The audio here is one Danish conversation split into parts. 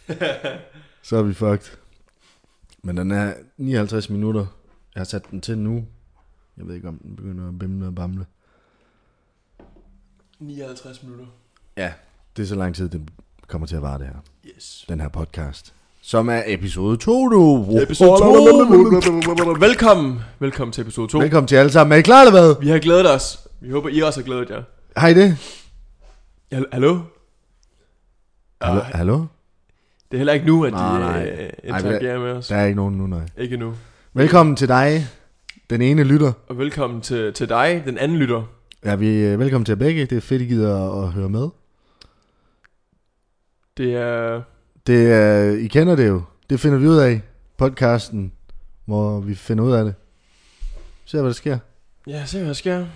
Så er vi fucked. Men den er 59 minutter. Jeg har sat den til nu. Jeg ved ikke, om den begynder at bimle og bamle. 59 minutter. Ja, det er så lang tid, det kommer til at vare det her. Yes. Den her podcast. Som er episode 2 nu. Episode 2. Velkommen til episode 2. Velkommen til alle sammen. Er I klar eller hvad? Vi har glædet os. Vi håber, I også har glædet jer. Hej det. Hallo? Hallo? Det er heller ikke nu, at Nej. interagerer med os. Der er ikke nogen nu, nej. Ikke nu. Velkommen til dig, den ene lytter. Og velkommen til dig, den anden lytter. Ja, velkommen til begge. Det er fedt, I gider at høre med. Det er... I kender det jo. Det finder vi ud af. Podcasten, hvor vi finder ud af det. Se hvad der sker. Ja, se hvad der sker.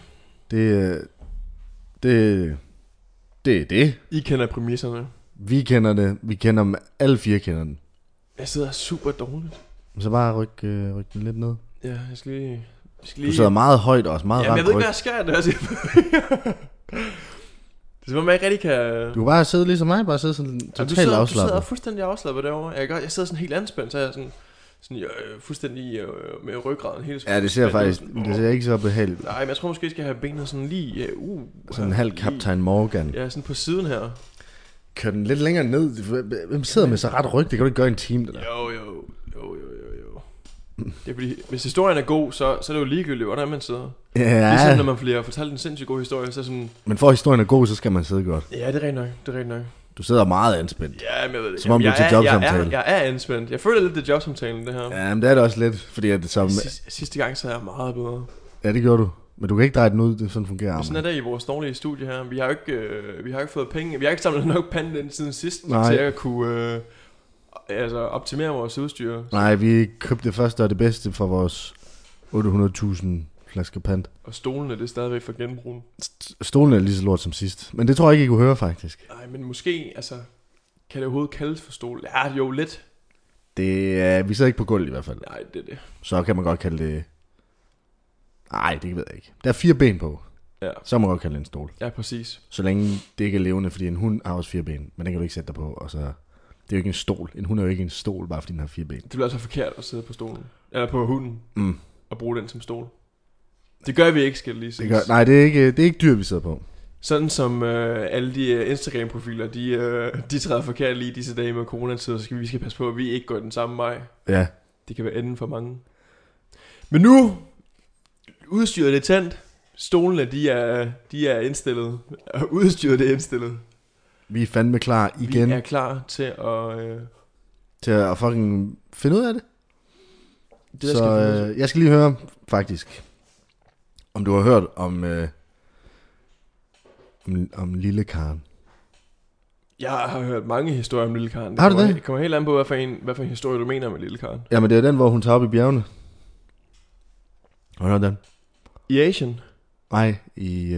Det er det. I kender præmisserne. Vi kender det. Vi kender dem. Alle fire kender den. Jeg sidder super dårligt. Så bare ryk den lidt ned. Ja, jeg skal lige... Du sidder meget højt også. Meget Jamen, jeg ved ikke, ryg. hvad jeg skal. Det er som om jeg ikke rigtig kan... Du kan bare sidde ligesom mig. Bare sidde sådan totalt afslappet. Du sidder fuldstændig afslappet derovre. Jeg sidder sådan helt anspændt, så er jeg sådan fuldstændig med ryggraden hele tiden. Ja, det ser faktisk... Det ser ikke så behageligt. Nej, men jeg tror måske, jeg skal have benet sådan lige... sådan en halv Captain Morgan. Ja, sådan på siden her. Kør den lidt længere ned. Hvem sidder med så ret ryg? Det kan du ikke gøre i en time, det der. Jo. Det er fordi, hvis historien er god, så er det jo ligegyldigt, hvordan man sidder. Ja. Ligesom når man bliver fortalt en sindssygt god historie, så sådan... Men for at historien er god, så skal man sidde godt. Ja, det er rent nok. Du sidder meget anspændt. Ja, men jeg ved det. Som om du er til jobsamtale. Jeg er anspændt. Jeg føler lidt det jobsamtalen, det her. Ja, men det er det også lidt, fordi at det som... Sidste gang så er jeg meget bedre. Ja, det gjorde du. Men du kan ikke dreje den ud, det sådan fungerer. Men sådan er det i vores dårlige studie her. Vi har jo ikke fået penge. Vi har ikke samlet nok pande ind siden sidst, Nej. til at kunne optimere vores udstyr. Nej, vi købte det første og det bedste for vores 800.000 flasker pant. Og stolene, det er stadigvæk for genbrug. Stolen er lige så lort som sidst. Men det tror jeg ikke, I kunne høre, faktisk. Nej, men måske, kan det overhovedet kaldes for stol? Ja, jo lidt. Det er... Vi sidder ikke på gulvet i hvert fald. Nej, det er det. Så kan man godt kalde det... Nej, det ved jeg ikke. Der er 4 ben på. Ja. Så må man godt kalde det en stol. Ja, præcis. Så længe det ikke er levende, fordi en hund har også 4 ben. Men den kan du ikke sætte dig på, og så... Det er jo ikke en stol. En hund er jo ikke en stol, bare fordi den har 4 ben. Det bliver altså forkert at sidde på stolen. Eller på hunden. Mm. Og bruge den som stol. Det gør vi ikke, skal jeg lige sige. Nej, det er ikke dyr, vi sidder på. Sådan som alle de Instagram-profiler, de træder forkert lige disse dage med coronatid, så vi skal passe på, at vi ikke går den samme vej. Ja. Det kan være enden for mange. Men nu, udstyret er tændt. Stolene, de er indstillet. Og udstyret er indstillet. Vi er fandme klar igen. Vi er klar til at... Til at fucking finde ud af det. Det så jeg skal lige høre, faktisk, om du har hørt om Lille Karen. Jeg har hørt mange historier om Lille Karen. Har du det? Det kommer helt an på, hvad for en historie du mener med Lille Karen. Jamen det er den, hvor hun tager op i bjergene. Har du hørt den? I Asien? Nej, i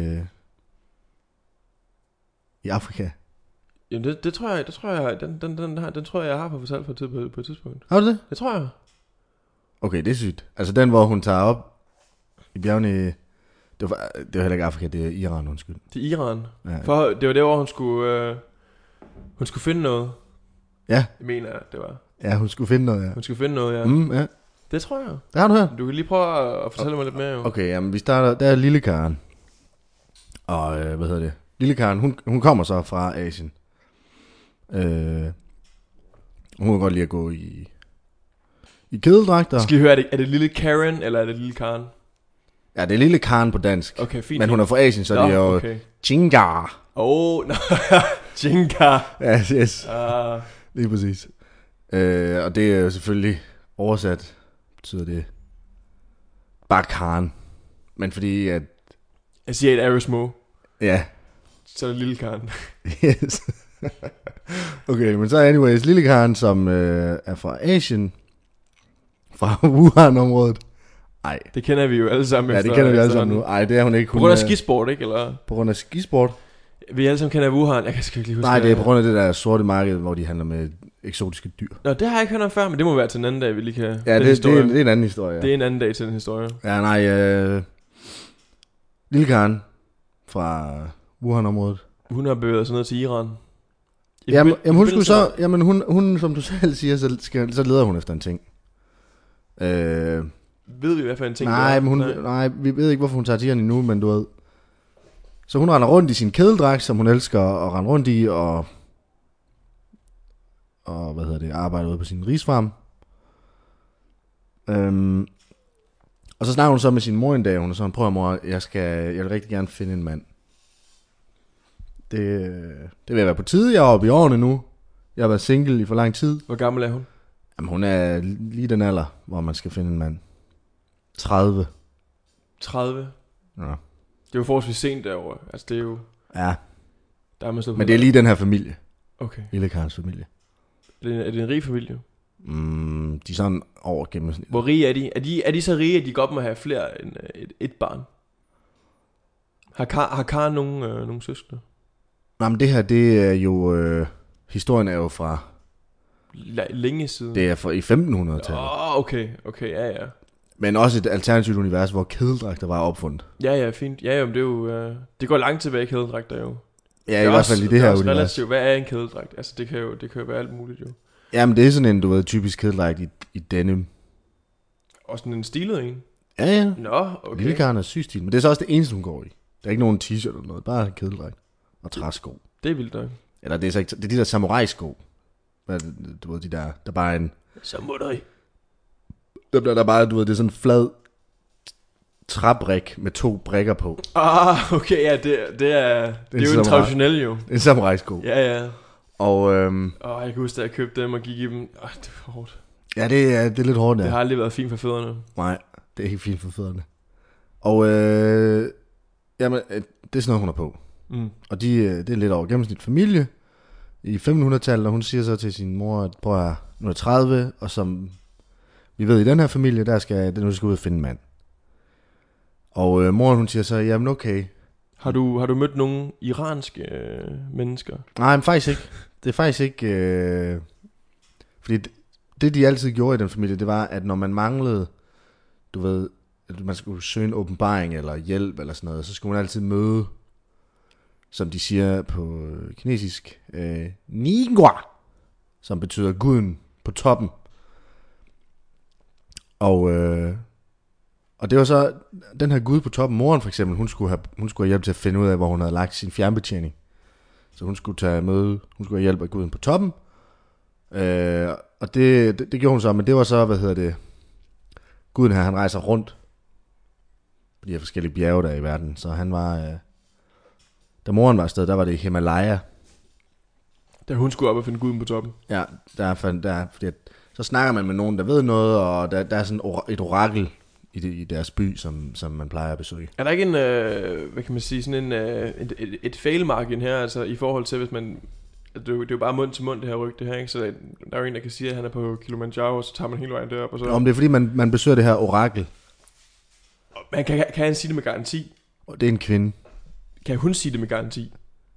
Afrika. Jamen det tror jeg, den tror jeg har fået fortalt på et tidspunkt. Har du det? Det tror jeg. Okay, det er sygt. Altså den, hvor hun tager op i bjergene. Det var heller ikke Afrika, det er Iran, undskyld. Det er Iran. Ja. For det var der, hvor hun skulle finde noget. Ja. Jeg mener, det var. Ja, hun skulle finde noget, ja. Hun skulle finde noget, ja. Ja. Det tror jeg. Det har du hørt. Du kan lige prøve at fortælle mig lidt mere, jo. Okay, jamen vi starter. Der er Lille Karen. Og hvad hedder det? Lille Karen, hun kommer så fra Asien. Hun kan godt lide at gå i kedeldragter. Skal vi høre, er det Lille Karen, eller er det Lille Karen? Ja, det er Lille Karen på dansk. Okay, fint. Men hun er fra Asien, så det er jo Chinga. Chinga. Ja, yes. Lige præcis. Og det er jo selvfølgelig oversat, betyder det bare Karen. Men fordi at... Jeg siger et Aerosmo. Ja. Så er det Lille Karen. Yes. Okay, men så anyways, Lille Karen, som er fra Asien, fra Wuhan-området. Ej. Det kender vi jo alle sammen. Ja, det kender vi alle sammen nu. Ej, det er hun ikke. På grund af skisport, ikke? Eller? På grund af skisport. Vi alle sammen kender Wuhan. Jeg kan sgu ikke lige huske. Nej, det er på grund af det der sorte marked, hvor de handler med eksotiske dyr. Nå, det har jeg ikke hørt om før, men det må være til en anden dag, vi lige kan... Ja, det er en anden historie. Ja. Det er en anden dag til den historie. Ja, nej, Lille Karen fra Wuhan-området. Hun har bevæget sig ned til Iran. Jamen hun skulle så, jamen hun som du selv siger, så leder hun efter en ting. Ved vi hvad for en ting? Nej, vi ved ikke hvorfor hun tager tigeren endnu, men du ved. Så hun render rundt i sin kædeldragt, som hun elsker at rende rundt i, og arbejder ude på sin risfarm. Og så snakker hun så med sin mor en dag, hun er sådan, prøv at mor, jeg vil rigtig gerne finde en mand. Det vil være på tide, jeg er oppe i årene nu. Jeg har været single i for lang tid. Hvor gammel er hun? Jamen hun er lige den alder, hvor man skal finde en mand. 30. 30? Ja. Det er jo forholdsvis sent derovre. Altså det er jo... Ja. Der er man men det er lige den her familie. Okay. Lille Karls familie. Er det en rig familie? De er sådan over gennemsnit. Hvor rige er de? Er de så rige, at de godt må have flere end et barn? Har Karen nogle søskende? Nej, men det her, det er jo... historien er jo fra... Længe siden. Det er fra i 1500-tallet. Okay, ja. Men også et alternativt univers, hvor kædeldragter var opfundet. Ja, fint. Ja, men det er jo... det går langt tilbage, kædeldragter jo. Ja, i hvert fald i det her univers. Relativt. Hvad er en kædeldragt? Altså, det kan jo være alt muligt jo. Jamen, det er sådan en, du ved, typisk kædeldragt i denim. Og sådan en stilet en? Ja. Nå, okay. Lille Karen er syg stil, men det er så også det eneste, hun går i. Der er ikke nogen t-shirt eller noget, bare en kædeldragt og træsko. Det er vildt nok. Eller det er så ikke, det er de der samurai-sko. Du ved, de der bare en... Samurai. Der bare, du ved, det er sådan en flad træbrik med 2 brikker på. Okay, ja, det er jo en traditionel jo. En samurai-sko. Ja. Og jeg kan huske, at jeg købte dem og gik i dem. Det var hårdt. Ja, det er lidt hårdt, ja. Det har aldrig været fint for fødderne. Nej, det er ikke fint for fødderne. Og jamen, det er sådan noget, hun er på. Og det er lidt over gennemsnit familie i 1500-tallet, og hun siger så til sin mor, at prøv at nu er 30, og som vi ved i den her familie, der skal ud og finde en mand. Og moren, hun siger så, jamen okay. Har du mødt nogle iranske mennesker? Nej, men faktisk ikke. Det er faktisk ikke... fordi det, de altid gjorde i den familie, det var, at når man manglede, du ved, at man skulle søge en åbenbaring eller hjælp eller sådan noget, så skulle man altid møde, som de siger på kinesisk, Ningua, som betyder guden på toppen. Og det var så den her gud på toppen, moren for eksempel, hun skulle have hjælp til at finde ud af, hvor hun havde lagt sin fjernbetjening. Så hun skulle have hjælp af guden på toppen. Og det gjorde hun så, men det var så, guden her, han rejser rundt på de her forskellige bjerge der i verden. Så han var, da moren var afsted, der var det Himalaya. Da hun skulle op og finde guden på toppen. Ja, fordi så snakker man med nogen, der ved noget, og der er sådan et orakel i deres by, som man plejer at besøge. Er der ikke en, hvad kan man sige, sådan et fail margin her, altså i forhold til, hvis man, det er jo bare mund til mund det her ryg, det her, ikke? Så der er jo en, der kan sige, at han er på Kilimanjaro, og så tager man hele vejen derop. Og så... Om det er fordi, man besøger det her orakel. Men kan han sige det med garanti? Og det er en kvinde. Kan hun sige det med garanti?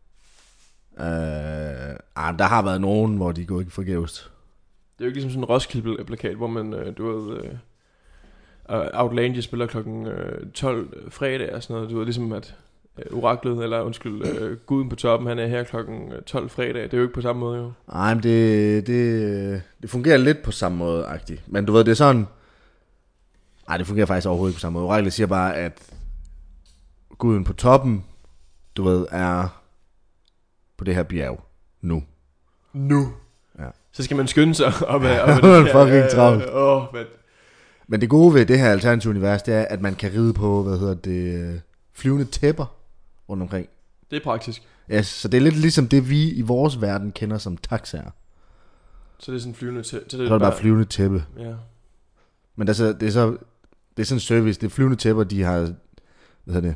Der har været nogen, hvor de går ikke forgæves. Det er jo ikke ligesom sådan en Roskilde-plakat, hvor man, du ved, Outlander spiller klokken 12 fredag og sådan noget. Du ved, ligesom at oraklet, eller guden på toppen, han er her klokken 12 fredag. Det er jo ikke på samme måde, jo. Nej, men det fungerer lidt på samme måde, agtigt. Men du ved, det er sådan... Nej, det fungerer faktisk overhovedet ikke på samme måde. Oraklet siger bare, at guden på toppen, du ved, er på det her bjerg nu. Ja. Så skal man skynde sig op ad det her. Fucking travlt. Men det gode ved det her alternative univers, det er, at man kan ride på, flyvende tæpper rundt omkring. Det er praktisk. Ja, så det er lidt ligesom det, vi i vores verden kender som taxaer. Så det er sådan flyvende tæppe. Så er det bare flyvende tæppe. Ja. Men det er sådan en service. Det er flyvende tæpper, de har... Hvad hedder det?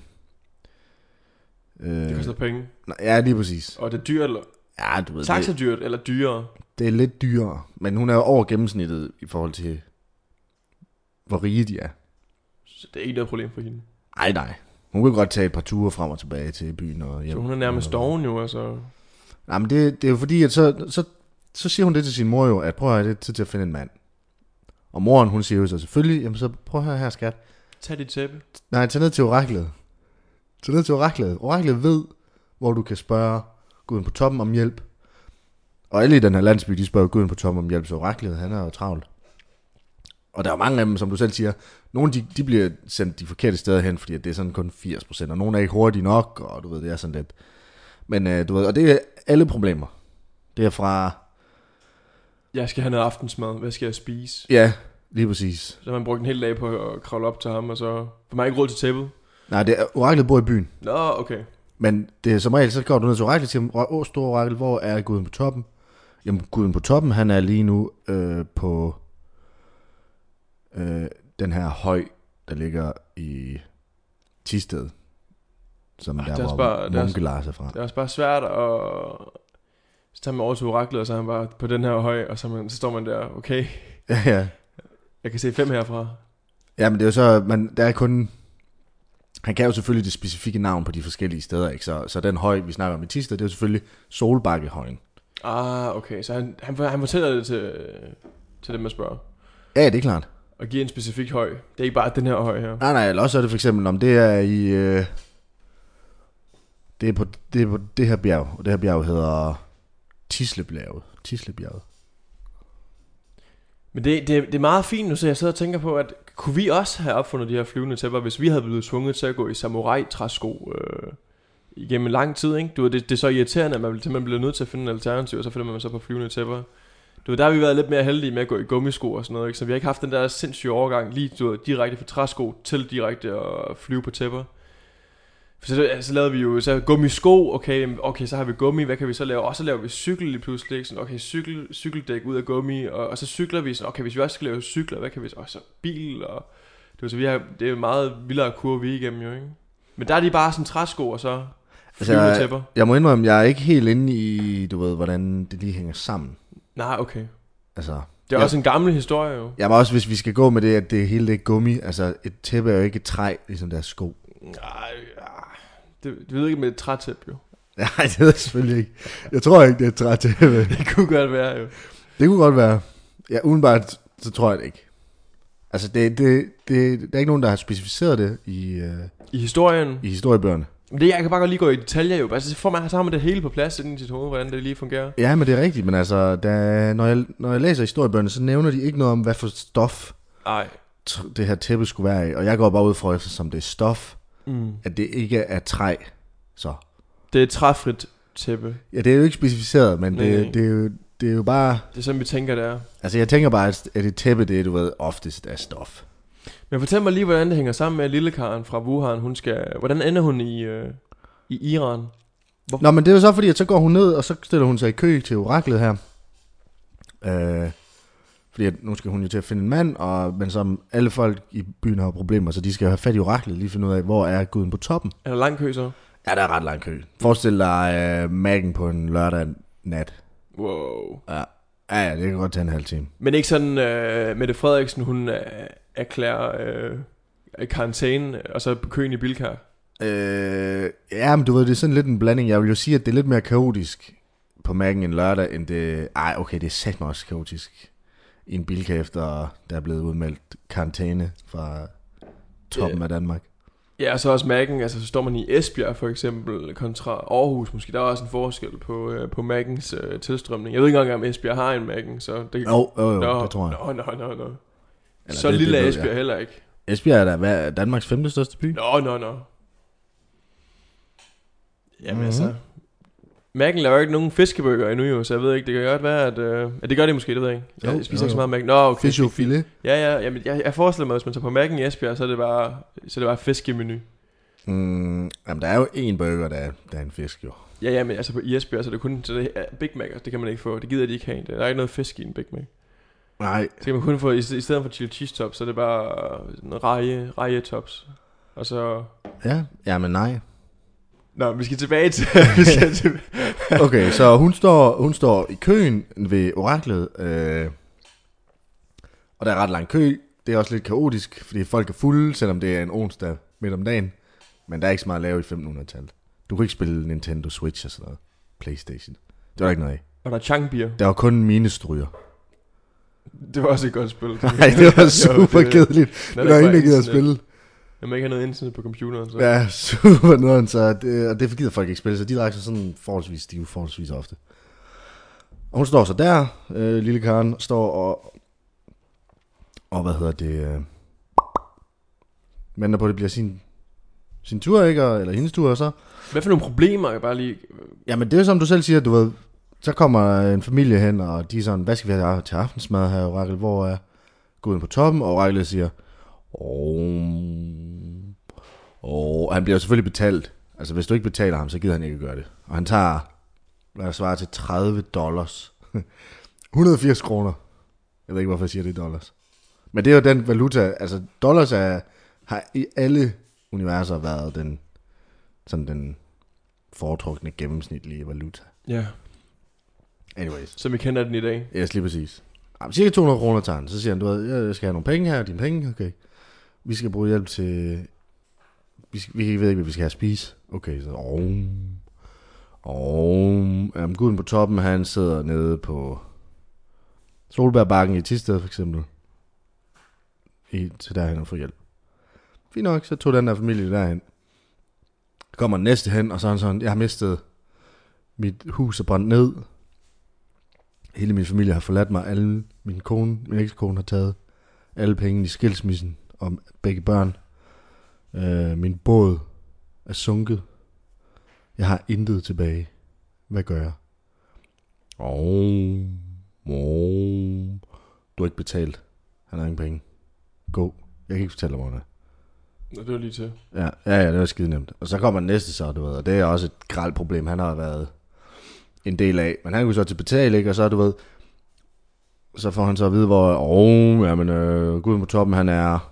Det koster penge. Ja, lige præcis. Og det er dyrt, eller? Ja, du ved det. Taxadyrt, eller dyrere? Det er lidt dyrere. Men hun er over gennemsnittet i forhold til, hvor rige de er. Så det er ikke noget problem for hende? Nej. Hun kan godt tage et par ture frem og tilbage til byen og hjem. Så hun er nærmest doven jo, altså. Nej, men det er jo fordi, at så siger hun det til sin mor jo, at prøv at have det tid til at finde en mand. Og moren, hun siger jo så selvfølgelig, jamen så prøv at høre her, skat. Tag dit tæppe. Nej, tag ned til oraklet. Oraklet ved, hvor du kan spørge guden på toppen om hjælp. Og alle i den her landsby, de spørger guden på toppen om hjælp, så oraklet, han er jo travlt. Og der er mange af dem, som du selv siger, nogle de bliver sendt de forkerte steder hen, fordi det er sådan kun 80%, og nogle er ikke hurtige nok, og du ved, det er sådan lidt. Men du ved, og det er alle problemer. Det er fra... Jeg skal have noget aftensmad, hvad skal jeg spise? Ja, lige præcis. Så har man brugt en hel dag på at kravle op til ham, og så får man ikke råd til tæppet. Nej, det er, oraklet bor i byen. Nå, okay. Men det er som regel, så går du ned til oraklet og siger, store orakel, hvor er guden på toppen? Jamen, guden på toppen, han er lige nu på den her høj, der ligger i Thisted, som der hvor Munke Lars er fra. Det er også bare svært at... Så tager man over til oraklet, og så er han bare på den her høj, og så står man der, okay, Ja. jeg kan se 5 herfra. Ja, men det er jo så, der er kun... Han kan jo selvfølgelig det specifikke navn på de forskellige steder, ikke? Så den høj, vi snakker om i Thisted, det er jo selvfølgelig Solbakkehøjen. Ah, okay, så han fortæller det til dem, der spørger. Ja, det er klart. Og giver en specifik høj. Det er ikke bare den her høj her. Nej, eller også er det for eksempel, om det er i... det er på det her bjerg, og det her bjerg hedder Tislebjerget. Men det er meget fint nu, så jeg sidder og tænker på, at kunne vi også have opfundet de her flyvende tæpper, hvis vi havde blevet tvunget til at gå i samurai-træsko igennem lang tid, ikke? Du ved, det er så irriterende, at man simpelthen bliver nødt til at finde en alternativ, og så finder man så på flyvende tæpper. Du ved, der har vi været lidt mere heldige med at gå i gummisko og sådan noget, ikke? Så vi har ikke haft den der sindssyge overgang lige direkte fra træsko til direkte at flyve på tæpper. For så lavede vi jo så gummisko, okay, så har vi gummi, hvad kan vi så lave? Og så laver vi cykel lige pludselig, ikke? Sådan, okay, cykeldæk ud af gummi, og så cykler vi sådan, okay, hvis vi også skal lave cykler, hvad kan vi så? Og så bil, og det er jo meget vildere kurve vi igennem jo, ikke? Men der er de bare sådan træsko, og så flyvende tæpper. Jeg må indrømme, jeg er ikke helt inde i, du ved, hvordan det lige hænger sammen. Nej, okay. Altså... Det er også en gammel historie jo. Ja, men også hvis vi skal gå med det, at det hele det er gummi, altså et tæppe er jo ikke et træ, ligesom deres sko. Nej, det ved ikke med et trætæppe jo. Nej, det ved jeg selvfølgelig ikke. Jeg tror ikke, det er et trætæppe. Det kunne godt være jo. Det kunne godt være. Ja, udenbart, så tror jeg det ikke. Altså, der er ikke nogen, der har specificeret det i historien. I historiebøgerne. Men det, jeg kan bare godt lige gå i detaljer jo. Altså, så har man det hele på plads inden i sit hoved, hvordan det lige fungerer. Ja, men det er rigtigt. Men altså, når jeg læser historiebøgerne, så nævner de ikke noget om, hvad for stof det her tæppe skulle være i. Og jeg går bare ud fra, eftersom det er stof, at det ikke er træ. Så. Det er et træfrit tæppe. Ja, det er jo ikke specificeret, men det er jo bare... Det er sådan, vi tænker, det er. Altså, jeg tænker bare, at et tæppe, det er, du ved, oftest af stof. Men fortæl mig lige, hvordan det hænger sammen med lille Karen fra Wuhan. Hvordan ender hun i Iran? Nå, men det er jo så fordi, at så går hun ned, og så stiller hun sig i kø til oraklet her. Fordi at nu skal hun jo til at finde en mand, men som alle folk i byen har problemer, så de skal have fat i oraklet, lige finde ud af, hvor er guden på toppen. Er der lang kø så? Ja, der er ret lang kø. Forestil dig Mac'en på en lørdag nat. Wow. Ja, det kan godt tage en halv time. Men ikke sådan, Mette Frederiksen, hun erklærer karantæne, og så køen i Bilka. Ja, men du ved, det er sådan lidt en blanding. Jeg vil jo sige, at det er lidt mere kaotisk på Mac'en en lørdag, end det... Okay, det er satme også kaotisk i en Bilka, efter der er blevet udmeldt karantæne fra toppen af Danmark. Ja, og så også Mac'en, altså så står man i Esbjerg for eksempel, kontra Aarhus måske, der er også en forskel på Mac'ens tilstrømning. Jeg ved ikke engang, om Esbjerg har en Mac'en, så det... Jo, det tror jeg. Nå. Så lille er Esbjerg heller ikke. Esbjerg er da Danmarks 5. største by. Nå. Jamen altså, Mac'en laver ikke nogen fiskeburger endnu jo, så jeg ved ikke, det kan godt være, at det gør det måske, det ved jeg ikke. Jeg spiser ikke så meget Mac'en. Nå, okay. Fish og filet. Ja, jamen jeg forestiller mig, at hvis man tager på Mac'en i Esbjerg, så er det bare fiskemenu. Jamen der er jo en burger, der er en fisk jo. Ja, men altså i Esbjerg, så er det kun Big Mac, det kan man ikke få. Det gider de ikke have. Der er ikke noget fisk i en Big Mac. Nej. Så kan man kun få, i stedet for chili cheese tops, så er det bare reje tops. Og så... Ja, men nej. Nå, vi skal tilbage til... Okay, så hun står i køen ved oraklet, og der er ret lang kø. Det er også lidt kaotisk, fordi folk er fulde, selvom det er en onsdag midt om dagen. Men der er ikke så meget at lave i 1500-tallet. Du kan ikke spille Nintendo Switch og sådan noget. PlayStation. Det var ikke noget af. Og der er changbier. Der var kun minestryger. Det var også et godt spil. Nej, det var super kedeligt. Det var ingen, der gider at spille. Jeg må ikke have noget internet på computeren. Så. Ja, super noget. Og det gider folk ikke spille, så de drak sig sådan forholdsvis ofte. Og hun står så der, lille Karen, står og venter på, at det bliver sin tur, ikke? Eller hendes tur, og så... Hvad for nogle problemer, jeg bare lige... Jamen, det er som du selv siger, du ved, så kommer en familie hen, og de er sådan, hvad skal vi have til aftensmad her, Orakel? Hvor er guden på toppen? Og Orakel siger, han bliver selvfølgelig betalt. Altså, hvis du ikke betaler ham, så gider han ikke gøre det. Og han tager, hvad der svarer til $30. 180 kroner. Jeg ved ikke, hvorfor jeg siger det dollars. Men det er jo den valuta, altså dollars har i alle universer været den foretrukne gennemsnitlige valuta. Ja. Anyways. Som vi kender den i dag. Ja, lige præcis. Cirka 200 kroner tager han. Så siger han, du ved, jeg skal have nogle penge her, dine penge, okay. Vi skal bruge hjælp til... Vi ved ikke, hvad vi skal have at spise. Okay, så... Guden på toppen, han sidder nede på Solbærbakken i Thisted, for eksempel. Til derhen og få hjælp. Fint nok, så tog den der familie derhen. Kommer næste hen, og så er han sådan, jeg har mistet... Mit hus er brændt ned. Hele min familie har forladt mig. Min ekskone har taget alle penge i skilsmissen om begge børn. Min båd er sunket. Jeg har intet tilbage. Hvad gør jeg? Du har ikke betalt. Han har ingen penge. Go. Jeg kan ikke fortælle dig, hvor han er. Det var lige til. Ja, det var skide nemt. Og så kommer den næste så, du ved. Og det er også et grelt problem, han har været en del af. Men han kunne så til betale, ikke? Og så, du ved, så får han så at vide, hvor, guden på toppen, han er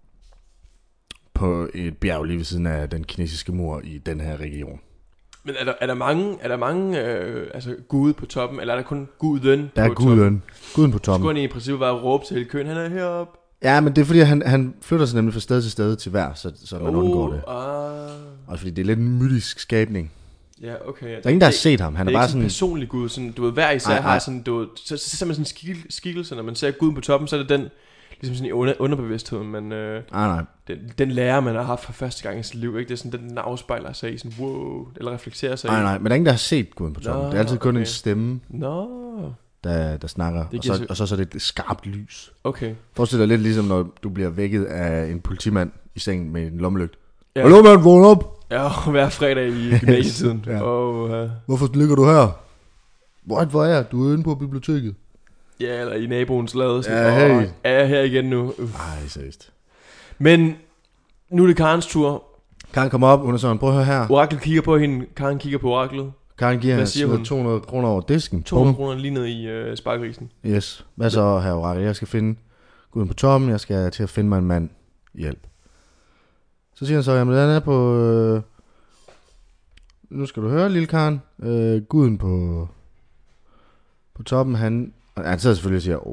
på et bjerg lige ved siden af den kinesiske mur i den her region. Men er der mange altså gude på toppen, eller er der kun guden der på toppen? Der er guden på toppen. Skulle han i princippet bare råbe til hele køen, han er heroppe? Ja, men det er fordi, han flytter sig nemlig fra sted til sted til hver, så man undgår det. Og fordi det er lidt en mytisk skabning. Ja, okay. Ja. Der er ingen, der har set ham. Han er bare sådan en personlig gud. Sådan, du ved, hver især har sådan, du ved, så ser man sådan en skikkelse, når man ser guden på toppen, så er det den, ligesom sådan i underbevidstheden, men den lærer, man har haft for første gang i sit liv, ikke? Det er sådan, den afspejler sig i sådan, wow, eller reflekterer sig i. Nej, men der er ingen, der har set guden på toppen. Det er altid kun en stemme, der snakker, og så er det et skarpt lys. Okay. Forestil dig lidt ligesom, når du bliver vækket af en politimand i sengen med en lommelygt. Ja. Hallo mand, vågn op! Ja, hver fredag i gymnasietiden. Ja. Hvorfor ligger du her? Hvor er jeg? Du er inde på biblioteket. Ja, eller i naboens lade. Ja, hey. Er jeg her igen nu? Ej, seriøst. Men nu er det Karens tur. Karen kommer op, hun er sådan, prøv at høre her. Oraklet kigger på hende, Karen kigger på oraklet. Karen giver 200 kroner over disken. 200 kroner lige ned i sparkrisen. Yes. Hvad så her, Orakel? Jeg skal finde guden på toppen, jeg skal til at finde mig en mand. Hjælp. Så siger han så, jamen den er på... nu skal du høre, lille Karen. Guden på toppen, han sidder selvfølgelig og siger,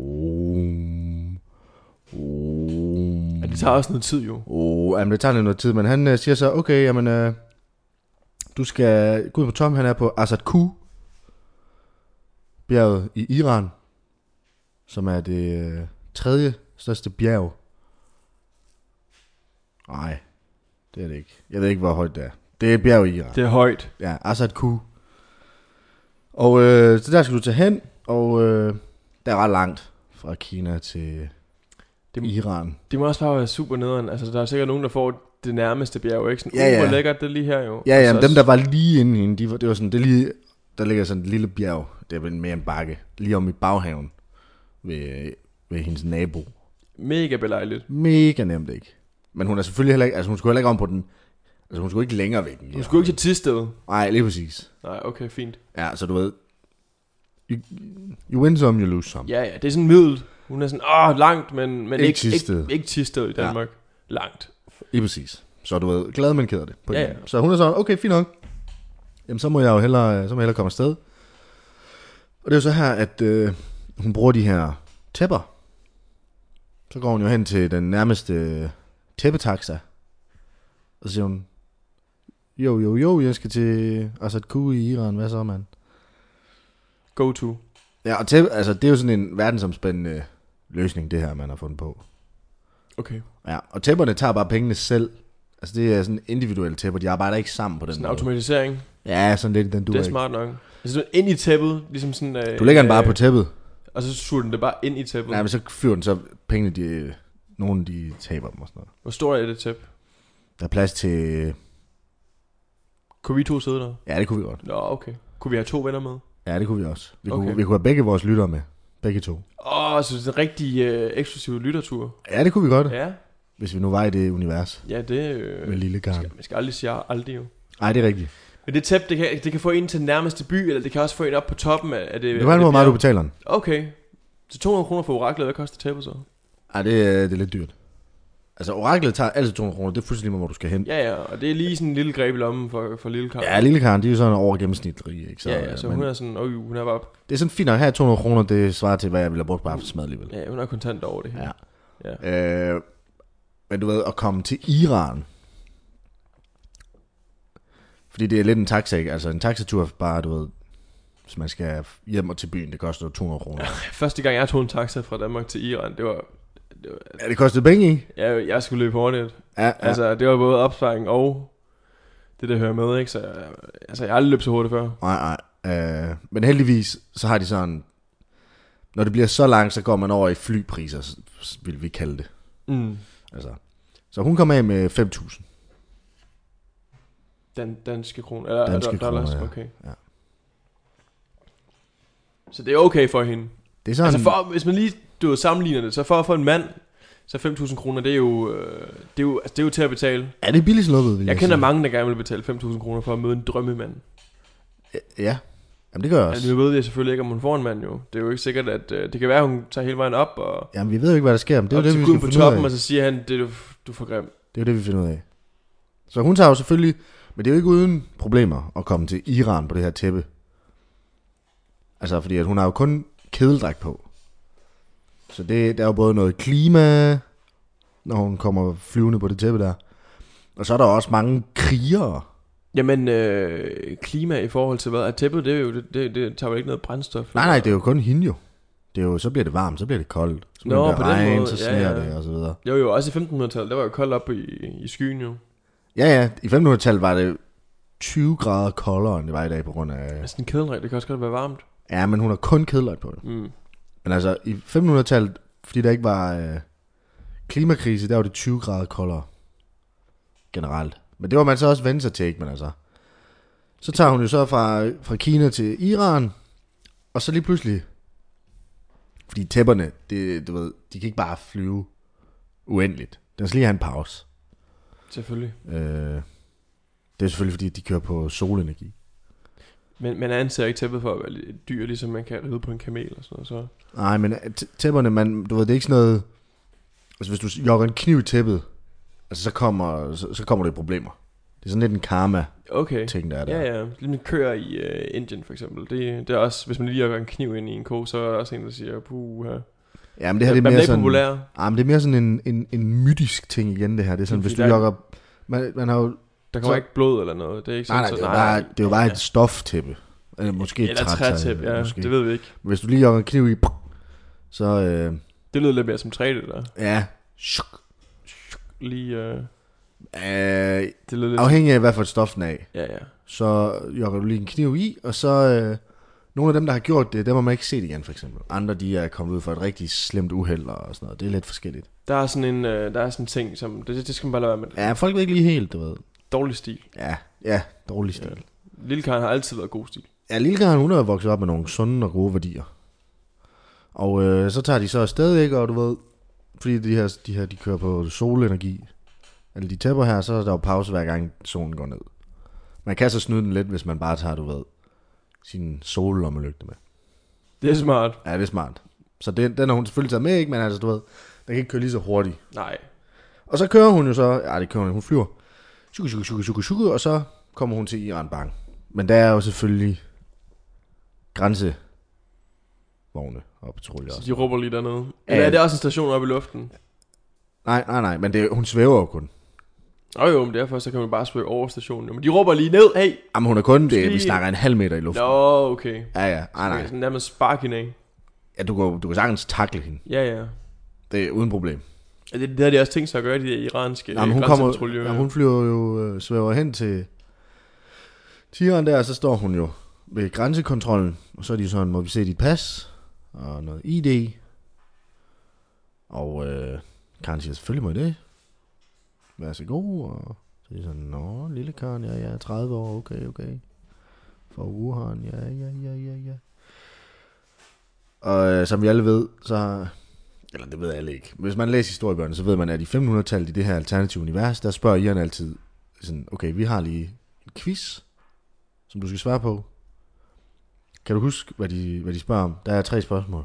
Ja, det tager også noget tid jo. Jamen det tager noget tid, men han siger så, okay, jamen du skal... Guden på toppen, han er på Azad-Ku, bjerget i Iran, som er det tredje største bjerg. Nej, det er det ikke. Jeg ved ikke, hvor højt det er. Det er et bjerg i Iran. Det er højt. Ja, Azad-Ku. Og så der skal du tage hen, og der er ret langt fra Kina til Iran. Det må også bare være super nederen. Altså, der er sikkert nogen, der får det nærmeste bjerg, ikke? Sådan, hvor lækkert det lige her jo. Ja, men dem, der var lige inde hende, det var sådan, det lige, der ligger sådan et lille bjerg, det er vel mere en bakke, lige om i baghaven ved hendes nabo. Mega belejligt. Mega nemt, ikke? Men hun er selvfølgelig heller ikke, altså hun skulle heller ikke om på den, altså hun skulle ikke længere væk. Hun skulle ikke til Thisted. Nej, lige præcis. Nej, okay, fint. Ja, så du ved, you win some, you lose some. Ja, det er sådan middel. Hun er sådan, langt, men ikke Thisted i Danmark. Ja. Langt. Lige præcis. Så du ved, glad, men keder det. Ja. Så hun er sådan, okay, fint nok. Jamen, så må jeg jo hellere komme afsted. Og det er jo så her, at hun bruger de her tæpper. Så går hun jo hen til den nærmeste tæppetaxa. Og så siger hun, jo, jeg skal til Azad-Ku i Iran. Hvad så, mand? Go to. Ja, og altså, det er jo sådan en verdensomspændende løsning, det her, man har fundet på. Okay. Ja, og tæpperne tager bare pengene selv. Altså, det er sådan individuelle tæpper. De arbejder ikke sammen på den sådan en automatisering. Ja, sådan lidt den du. Det er smart nok. Altså ind i tæppet, ligesom sådan... Du lægger den bare på tæppet. Og så suger den det bare ind i tæppet. Nej, men så fyrer den så pengene, nogen de taber dem og sådan noget. Hvor stort er det tæppe? Der er plads til... Kunne vi 2 sidde der? Ja, det kunne vi godt. Nå, okay. Kunne vi have 2 venner med? Ja, det kunne vi også. Vi Okay. kunne have begge vores lyttere med. Begge 2. Så det er en rigtig eksklusiv lyttertur. Ja, det kunne vi godt. Ja. Hvis vi nu var i det univers. Ja, det... Med lille Karen. Man skal aldrig sige aldrig jo. Nej, det er rigtigt. Men det tæppe, det kan få en til den nærmeste by, eller det kan også få en op på toppen af det... Det var hvor meget du betaler den. Okay. Så 200 kroner for oraklet, hvad koster tæppet så? Ej, det er lidt dyrt. Altså, oraklet tager altid 200 kroner. Det er fuldstændig hvor du skal hen. Ja, og det er lige sådan en lille greb i lommen for lille Karen. Ja, lille Karen, de er jo sådan over gennemsnitlige, ikke? Så hun er sådan, hun er bare... Det er sådan fint at have 200 kroner, det svarer til, hvad jeg ville have brugt på aftensmad alligevel. Ja, hun er kontant over det her. Ja. Men du ved, at komme til Iran... Fordi det er lidt en taxa, ikke? Altså en taxatur bare, du ved... Hvis man skal hjem og til byen, det koster 200 kroner. Første gang jeg tog en taxa fra Danmark til Iran, det var Ja, det kostede penge, ikke? jeg skulle løbe hurtigt. Ja. Altså, det var både opsparing og det, der hører med, ikke? Så jeg har aldrig løbet så hurtigt før. Nej. Men heldigvis, så har de sådan... Når det bliver så langt, så går man over i flypriser, vil vi kalde det. Mm. Altså. Så hun kom af med 5.000. Danske kroner, eller Danske dollars, kroner, ja. okay. Ja. Så det er okay for hende. Det er sådan... Altså, hvis man lige sammenligner det, så for at få en mand, så 5.000 kroner, det er jo til at betale. Ja, det er billigt sluppet, vil Jeg kender sige. mange, der gerne vil betale 5.000 kroner for at møde en drømmemand. Ja, jamen det gør jeg også. Altså, nu ved jeg selvfølgelig ikke, om hun får en mand jo. Det er jo ikke sikkert, at det kan være, at hun tager hele vejen op og Jamen vi ved jo ikke, hvad der sker, men det er jo det, vi skal skal på finde ud toppen, af. og så siger han, det er du er for grim. Det er jo det, vi finder ud af. Så hun tager jo selvfølgelig... Men det er jo ikke uden problemer at komme til Iran på det her tæppe. Altså, fordi at hun har jo kun kedeldragt på. Så der er jo både noget klima, når hun kommer flyvende på det tæppe der. Og så er der også mange krigere. Jamen, klima i forhold til hvad? At tæppet, det er jo, det tager jo ikke noget brændstof. Nej, det er jo kun hende jo. Det er jo, så bliver det varmt, så bliver det koldt. Så bliver det på den regn, måde, så sneer det og så videre. Jo, også i 1500-tallet, der var jo koldt op i skyen jo. Ja, i 1500-tallet var det 20 grader koldere, end det var i dag på grund af... Altså en kedelræk, det kan også godt være varmt. Ja, men hun har kun kedeldragt på det. Mm. Men altså, i 1500-tallet, fordi der ikke var klimakrise, der var det 20 grader koldere. Generelt. Men det var man så også vende sig til, ikke? Men altså... Så tager hun jo så fra Kina til Iran, og så lige pludselig... Fordi tæpperne, du ved, de kan ikke bare flyve uendeligt. Den skal lige have en pause. Selvfølgelig. Det er selvfølgelig, fordi de kører på solenergi. Men man anser ikke tæppet for at være lidt dyr, ligesom man kan ride på en kamel og sådan noget. Så. Nej, men tæpperne, du ved, det er ikke sådan noget... Altså, hvis du jogger en kniv i tæppet, altså, så kommer der problemer. Det er sådan lidt en karma-ting, der er der. Ja. Ligesom kører i Indien, for eksempel. Det er også, hvis man lige jogger en kniv ind i en ko, så er der også en, der siger, puha. Ja, men det her det er mere sådan... populær. Ja, men det er mere sådan en mytisk ting igen, det her. Det er sådan, hvis du jogger... Man har jo... Der kommer ikke blod eller noget. Det er ikke sådan, nej, det er jo bare et stoftæppe. Eller måske et trætæppe, ja. Måske. Det ved vi ikke. Men hvis du lige jogger en kniv i, så... Det lyder lidt mere som 3D, der. Ja. Lige... det lyder lidt afhængig af, hvad for et stof den er af. Ja. Så jogger du lige en kniv i, og så... nogle af dem, der har gjort det, dem har man ikke set igen, for eksempel. Andre, de er kommet ud for et rigtig slemt uheld og sådan noget. Det er lidt forskelligt. Der er sådan en ting, som... Det skal man bare lade være med. Ja, folk ved ikke lige helt, du ved. Dårlig stil. Ja, dårlig stil. Ja. Lille Karen har altid været god stil. Ja, Lille Karen, hun er vokset op med nogle sunde og gode værdier. Og så tager de så afsted, ikke? Og du ved, fordi de her, de kører på solenergi. Alle de tæpper her, så er der jo pause hver gang solen går ned. Man kan så snyde den lidt, hvis man bare tager, du ved, sin sollommelygte med. Det er smart. Ja, det er smart. Så den har hun selvfølgelig taget med, ikke? Men altså, du ved, den kan ikke køre lige så hurtigt. Nej. Og så kører hun jo så, hun flyver. Og så kommer hun til Iran bang. Men der er jo selvfølgelig grænsevogne og patruljer. Så de råber lige dernede. Eller er det også en station oppe i luften? Nej, men hun svæver jo kun. Jo, men derfor så kan man bare svæve over stationen. Men de råber lige ned, hey! Jamen hun er kun, vi snakker en halv meter i luften. Nå, okay. Ja, nej. Sådan der med spark hende af. Ja, du kan sagtens takle hende. Ja. Det er uden problem. Ja, det har de også tænkt sig at gøre, de der iranske grænsepatruljer. Hun flyver jo, svæver hen til Iran der, og så står hun jo ved grænsekontrollen, og så er de sådan, må vi se dit pas, og noget ID. Og Karen siger, selvfølgelig må I det. Vær så god, og så er de sådan, nå, lille Karen, ja, jeg er 30 år, okay. For Wuhan, ja. Og som vi alle ved, så, eller det ved alle ikke, hvis man læser historiebøgerne, så ved man, at i 1500-tallet i det her alternative univers, der spørger Iren altid, sådan, okay, vi har lige en quiz, som du skal svare på. Kan du huske, hvad de spørger om? Der er 3 spørgsmål.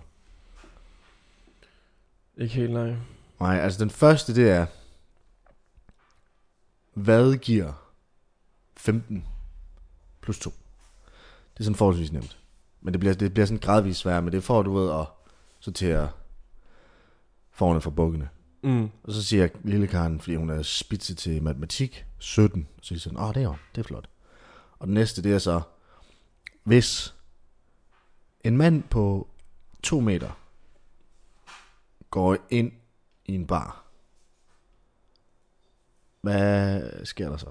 Ikke helt, nej. Nej, altså den første, det er, hvad giver 15 plus 2? Det er sådan forholdsvis nemt. Men det bliver sådan gradvist sværere, men det får du ved at sortere forne fra bukkene. Og så siger lille Karen, fordi hun er spidse til matematik, 17. Så siger sådan, det er flot. Og den næste, det er så, hvis en mand på 2 meter går ind i en bar, hvad sker der så?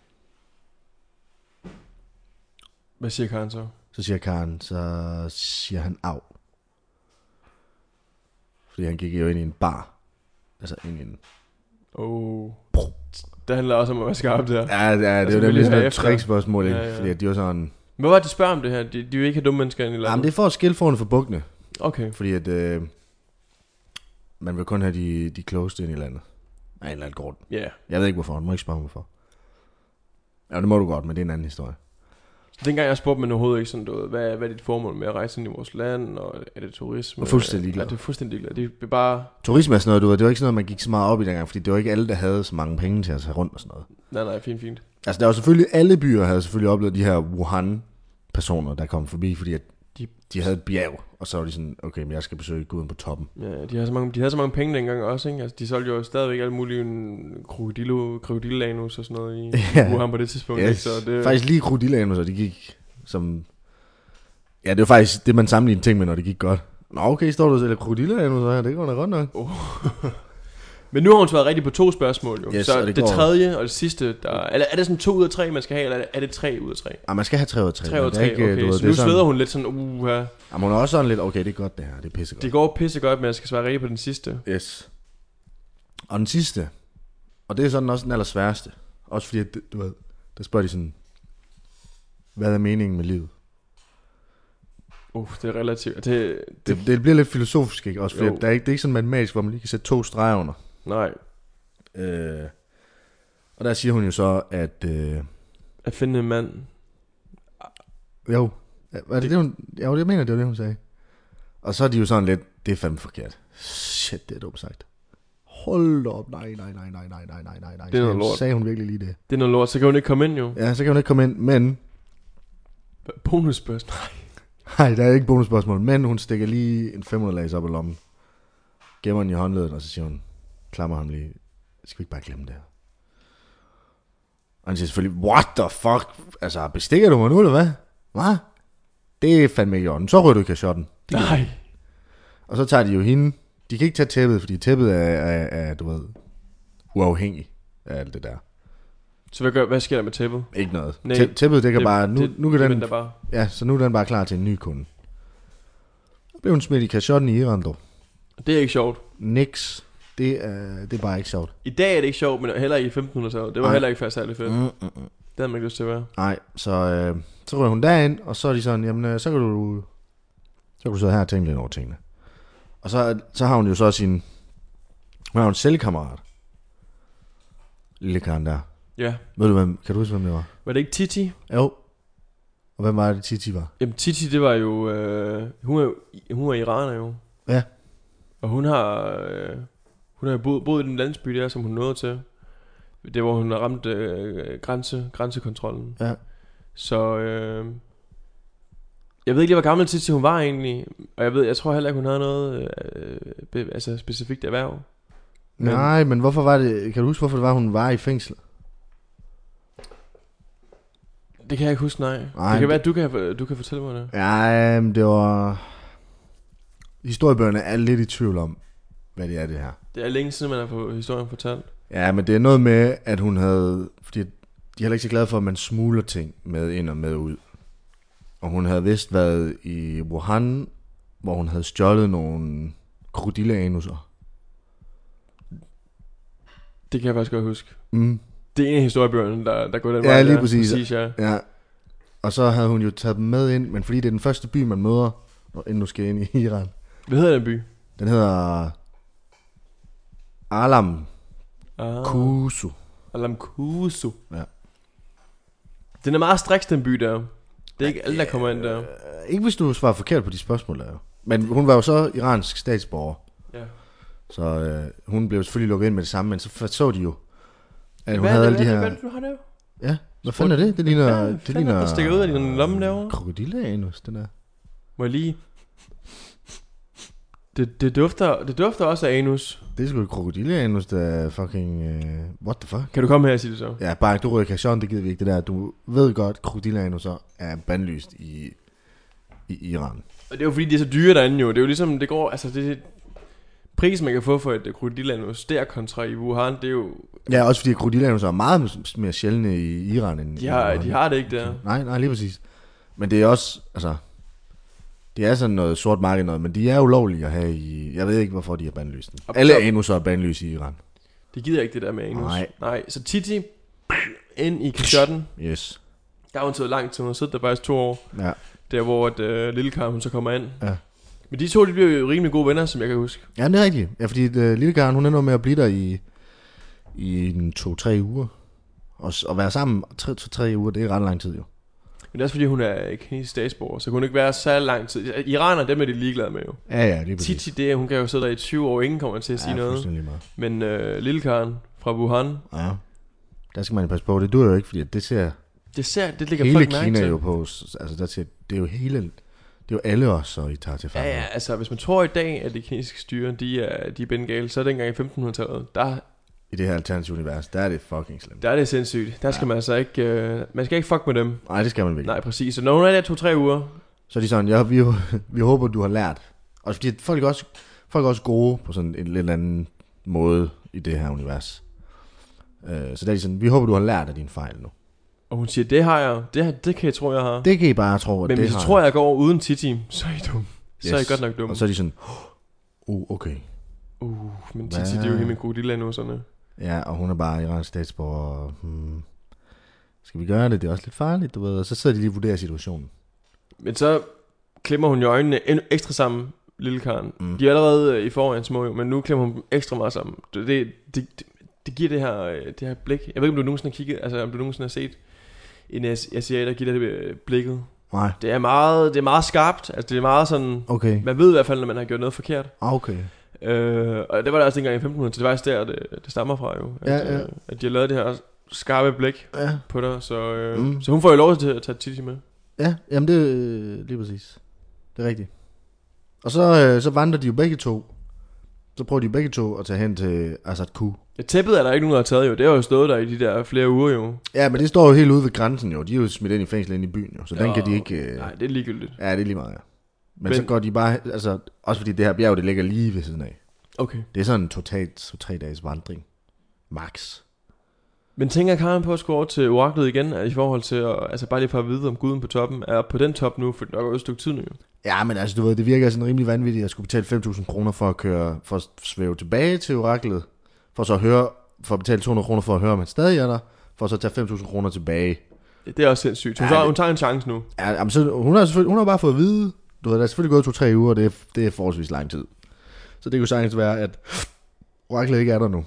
Hvad siger Karen så? Så siger han af. Fordi han gik jo ind i en bar. Altså ind i en... Det handler også om at være skarp der. Ja, det er jo nemlig sådan et trickspørgsmål, ikke? Ja. Fordi de var sådan... Hvad var det, de spørger om det her? De er jo ikke have dumme mennesker ind i landet. Jamen det er for at skille forne for bukkene. Okay. Fordi at... man vil kun have de klogeste ind i landet. Nej, en eller anden grund. Ja. Yeah. Jeg ved ikke hvorfor, du må ikke spørge mig hvorfor. Ja, det må du godt, men det er en anden historie. Så dengang jeg spurgte man overhovedet ikke sådan noget, hvad er dit formål med at rejse ind i vores land, og er det turisme? Og fuldstændig glad. Ja, det er fuldstændig glad. Det er bare... Turisme er sådan noget, det var ikke sådan noget, man gik så meget op i dengang, fordi det var ikke alle, der havde så mange penge til at tage rundt og sådan noget. Nej, fint. Altså der var selvfølgelig, alle byer havde selvfølgelig oplevet de her Wuhan-personer, der kom forbi, fordi at de havde et bjerg, og så var de sådan, okay, men jeg skal besøge guden på toppen. Ja, de havde så mange penge dengang også, ikke? Altså, de solgte jo stadigvæk alle mulige krokodillanus og sådan noget i Wuhan på det tidspunkt. Yes. Ikke? Så det... Faktisk lige krokodillanus, og de gik som... Ja, det var faktisk det, man sammenlignede ting med, når det gik godt. Nå, okay, står du og sælger krokodillanus her, det går da godt nok. Men nu har hun svaret rigtigt på 2 spørgsmål, jo. Yes, så det tredje og det sidste, eller er det sådan 2 ud af 3, man skal have, eller er det 3 ud af 3? Ja, man skal have 3 ud af 3. 3 ud af 3, okay. Så nu sveder hun lidt sådan, her. Jamen, hun er også sådan lidt, okay, det er godt det her, det er pissegodt. Det går pissegodt, men jeg skal svare rigtigt på den sidste. Yes. Og den sidste, og det er sådan også den allersværeste. Også fordi, du ved, der spørger de sådan, hvad er meningen med livet? Det er relativt. Det bliver lidt filosofisk, ikke? Også fordi det er ikke sådan matematisk, hvor man lige kan sætte 2 streger under. Nej. Og der siger hun jo så, at... at finde en mand. Jo. Var det hun... Jo, jeg mener, det var det, hun sagde. Og så er de jo sådan lidt, det er fandme forkert. Shit, det er dumt sagt. Hold op, nej. Det er noget lort. Sagde hun virkelig lige det? Det er noget lort, så kan hun ikke komme ind jo. Ja, så kan hun ikke komme ind, men... Bonusspørgsmål. Nej, der er ikke bonusspørgsmål, men hun stikker lige en 500-lags op i lommen. Gemmer den i håndledet, og så siger hun, klammer ham lige, skal vi ikke bare glemme det her? Og han siger selvfølgelig, what the fuck? Altså, bestikker du mig nu, eller hvad? Hvad? Det er fandme ikke i orden. Så rører du i kashotten. Nej. Og så tager de jo hende. De kan ikke tage tæppet, fordi tæppet er du ved, uafhængig af alt det der. Så hvad sker der med tæppet? Ikke noget. Tæppet, det kan bare... Nu kan den... Bare. Ja, så nu er den bare klar til en ny kunde. Så blev hun smidt i kashotten i Iran, dog. Det er ikke sjovt. Niks. Det er bare ikke sjovt. I dag er det ikke sjovt, men heller ikke i 1500-tallet. Det var heller ikke særlig fedt. Det havde man ikke lyst til at være. Nej, så rører hun derind, og så er de sådan, jamen, så kan du sidde her og tænke lidt over tingene. Og så har hun jo så sin... Hun har jo en cellekammerat. Lille Karen der. Ja. Ved du, kan du huske, hvem det var? Var det ikke Titi? Jo. Og hvem var det, Titi var? Jamen, Titi, det var jo... hun er iraner jo. Ja. Og hun har jo boet i den landsby der, som hun nåede til. Det hvor hun har ramt grænsekontrollen. Ja. Så jeg ved ikke lige, hvor gammel Titi hun var egentlig. Og jeg tror heller ikke, hun havde noget specifikt erhverv. Nej, men hvorfor var det... Kan du huske, hvorfor det var, hun var i fængsel? Det kan jeg ikke huske, nej. Det kan være, at du kan fortælle mig det. Ja, det var... Historiebøgerne er lidt i tvivl om, hvad det er, det her. Det er længe siden, man har fået historien fortalt. Ja, men det er noget med, at hun havde... Fordi de er heller ikke så glade for, at man smugler ting med ind og med ud. Og hun havde vist været i Wuhan, hvor hun havde stjålet nogle krokodilleanusser. Det kan jeg faktisk godt huske. Mm. Det er en af historiebøgerne, der går den Ja, vej. lige der. præcis. Ja. Og så havde hun jo taget dem med ind, men fordi det er den første by, man møder, inden du skal ind i Iran. Hvad hedder den by? Den hedder Alam Kusu. Alam Kusu. Ja. Den er meget striks, den by der. Det er ikke alle, der kommer ind der. Ikke hvis du svarer forkert på de spørgsmål, der er jo. Men hun var jo så iransk statsborger. Ja. Så hun blev selvfølgelig lukket ind med det samme, men så de jo, at hun Hvad havde er alle det, de her... hvad du har der? Ja, hvad fanden er det? Det ligner... Det ligner... Der stikker ud af din lomme derovre. Krokodilleanus, den der. Må jeg lige... Det dufter også af anus. Det er sgu et krokodilleanus, der er fucking... what the fuck? Kan du komme her og sige det så? Ja, bare du rører kassion, det gider vi ikke det der. Du ved godt, krokodilleanusser er bandlyst i Iran. Og det er jo fordi, de er så dyre derinde jo. Det er jo ligesom, det går... Altså, det prisen, man kan få for et krokodilleanus, der kontra i Wuhan, det er jo... Ja, også fordi krokodilleanusser er meget mere sjældne i Iran end de har det ikke der. Nej, lige præcis. Men det er også... Altså, det er sådan noget sort marked noget, men de er ulovlige at have i... Jeg ved ikke, hvorfor de er bandlyst. Alle anusser er bandlyst i Iran. Det gider ikke det der med anus. Nej. Så Titi ind i kashotten. Yes. Der har hun taget lang tid. Hun har siddet der faktisk 2 år. Ja. Der hvor Lille Karen hun så kommer ind. Ja. Men de to, de bliver jo rimelig gode venner, som jeg kan huske. Ja, det er rigtigt. Ja, fordi Lille Karen, hun ender med at blive der i 2-3 uger. Og være sammen 3 uger, det er ret lang tid jo. Men det er også fordi, hun er kinesisk statsborger, så hun ikke være så lang tid. Iraner, dem er de ligeglade med jo. Ja, det er præcis. Titi, hun kan jo sidde der i 20 år, ingen kommer til at sige noget. Meget. Men Lille Karen fra Wuhan. Ja, der skal man passe på. Det duer jo ikke, fordi det ligger hele folk mærke Kina til. jo på. Altså, det er jo hele... Det er jo alle os, så I tager til fange. Ja, altså hvis man tror i dag, at det kinesiske styre, de er bengale, så er det engang i 1500-tallet, der... I det her alternative univers, der er det fucking slemt. Der er det sindssygt. Der skal man altså ikke... man skal ikke fuck med dem. Nej, det skal man virkelig. Nej, præcis. Så når hun er der 2-3 uger... Så er de sådan, vi håber, du har lært. Og fordi folk er også gode på sådan en lidt anden måde i det her univers. Så der er de sådan, vi håber, du har lært af dine fejl nu. Og hun siger, det har jeg. Det kan jeg tro, jeg har. Det kan I bare tro, at men det hvis I tror, jeg går over uden Titi, så er I dum. Yes. Så er I godt nok dum. Og så er de sådan, okay. Men Titi, det er jo helt med krokodillanuserne. Ja, og hun er bare iransk statsborger. Skal vi gøre det? Det er også lidt farligt, du ved. Og så sidder de lige og vurderer situationen. Men så klemmer hun jo øjnene ekstra sammen, Lille Karen. De er allerede i forvejen små jo, men nu klemmer hun dem ekstra meget sammen. Det giver det her blik. Jeg ved ikke, om du nogensinde har kigget, altså om du nogensinde har set en asiater give det blikket. Nej. Det er meget skarpt. Altså det er meget sådan. Okay. Man ved i hvert fald, når man har gjort noget forkert. Okay. Og det var der også dengang i 1500, så det var også der, det stammer fra jo. At de har lavet det her skarpe blik på dig. Så hun får jo lov til at tage Titi med. Ja, jamen det er lige præcis. Det er rigtigt. Og så vandrer de jo begge to. Så prøver de begge to at tage hen til Azad Q. Ja, tæppet er der ikke nogen, der har taget jo. Det har jo stået der i de der flere uger jo. Ja, men det står jo helt ude ved grænsen jo. De er jo smidt ind i fængsel ind i byen jo. Så den kan de ikke... Nej, det er ligegyldigt. Ja, det er lige meget, ja. Men så går de bare... Altså, også fordi det her bjerg, det ligger lige ved siden af. Okay. Det er sådan en totalt 3 dages vandring. Max. Men tænker Karen på at gå over til oraklet igen, i forhold til at, altså bare lige for at vide, om guden på toppen er på den top nu, for det er jo et stykke tid nu jo. Ja, men altså, du ved, det virker sådan rimelig vanvittigt, at jeg skulle betale 5.000 kroner for at svæve tilbage til oraklet, for at betale 200 kroner for at høre, om han stadig er der, for at så tage 5.000 kroner tilbage. Det er også sindssygt. Hun tager en chance nu. Ja, jamen, så hun har bare fået at vide, du ved, der er selvfølgelig gået 2-3 uger, og det er forholdsvis lang tid. Så det kunne sagtens være, at oraklet ikke er der nu.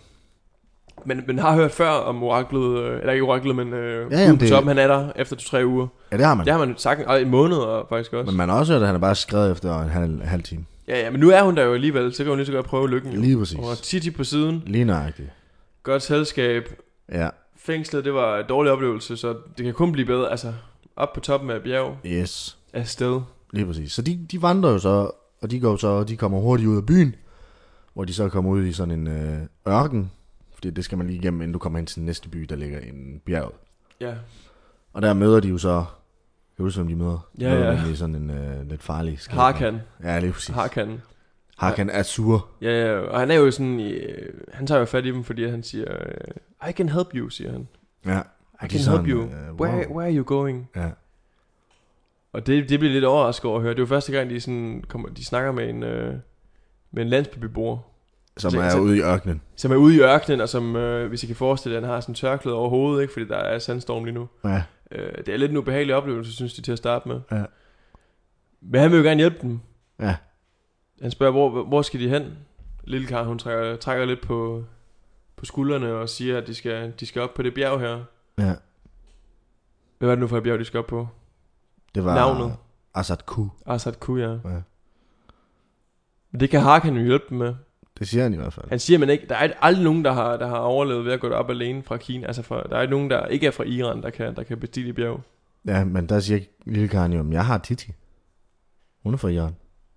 Men har hørt før om oraklet, eller ikke oraklet, men guden på toppen, han er der efter 2-3 uger. Ja, det har man. Det har man sagt, og en måned og faktisk også. Men man har også hørt, at han er bare skrevet efter en halv time. Ja, men nu er hun der jo alligevel, så kan hun lige så godt prøve lykken. Jo. Lige præcis. Og Titi på siden. Lige nøjagtigt. Godt selskab. Ja. Fængslet, det var en dårlig oplevelse, så det kan kun blive bedre. Altså, op på toppen af bjerg. Yes. Afsted. Lige præcis. Så de vandrer jo så, og de kommer hurtigt ud af byen, hvor de så kommer ud i sådan en ørken. Fordi det skal man lige igennem, inden du kommer hen til den næste by, der ligger en bjerg. Ja. Og der møder de jo så... Kan du se, om de møder? Ja, ja. Møder sådan en lidt farlig skab. Harkan. Ja, lige præcis. Harkan er sur. Ja, og han er jo sådan... han tager jo fat i dem, fordi han siger... I can help you, siger han. Ja. I can help you. Where are you going? Ja. Og det bliver lidt overrasket over at høre. Det er jo første gang, de snakker med en landsbybeboer. Som er ude i ørkenen. Som er ude i ørkenen, og som, hvis I kan forestille jer, han har sådan en tørklæde over hovedet, ikke? Fordi der er sandstorm lige nu. Ja. Det er lidt en ubehagelig oplevelse, synes de, til at starte med. Ja. Men han vil jo gerne hjælpe dem. Ja. Han spørger, hvor skal de hen? Lille Karen, hun trækker lidt på skuldrene og siger, at de skal op på det bjerg her. Ja. Hvad var det nu for et bjerg, de skal op på? Det var navnet. Azad-Ku. Azad-Ku, ja. Ja. Men det kan Hakan jo hjælpe dem med. Det siger han i hvert fald. Han siger, men ikke, der er aldrig nogen, der har overlevet ved at gå op alene fra Kina. Altså der er nogen, der ikke er fra Iran, der kan bestige bjerg. Ja, men der siger Lille Karen jo, jeg har Titi. Hun er fra Iran.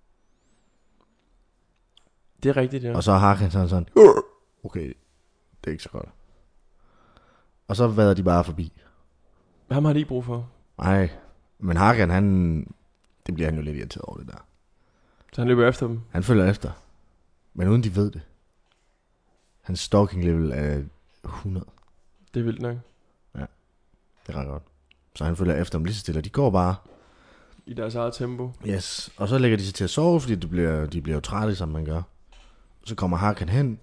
Det er rigtigt, ja. Og så har Hakan sådan, okay, det er ikke så godt. Og så vader de bare forbi. Ham har de ikke brug for. Nej, men Hakan, det bliver han jo lidt irriteret over det der. Så han løber efter dem. Han følger efter. Men uden de ved det. Hans stalking level er 100. Det er vildt nok. Ja, det er ret godt. Så han følger efter dem lige så stille, og de går bare. I deres eget tempo. Yes, og så lægger de sig til at sove, fordi de bliver jo trætte, som man gør. Så kommer Hakan hen.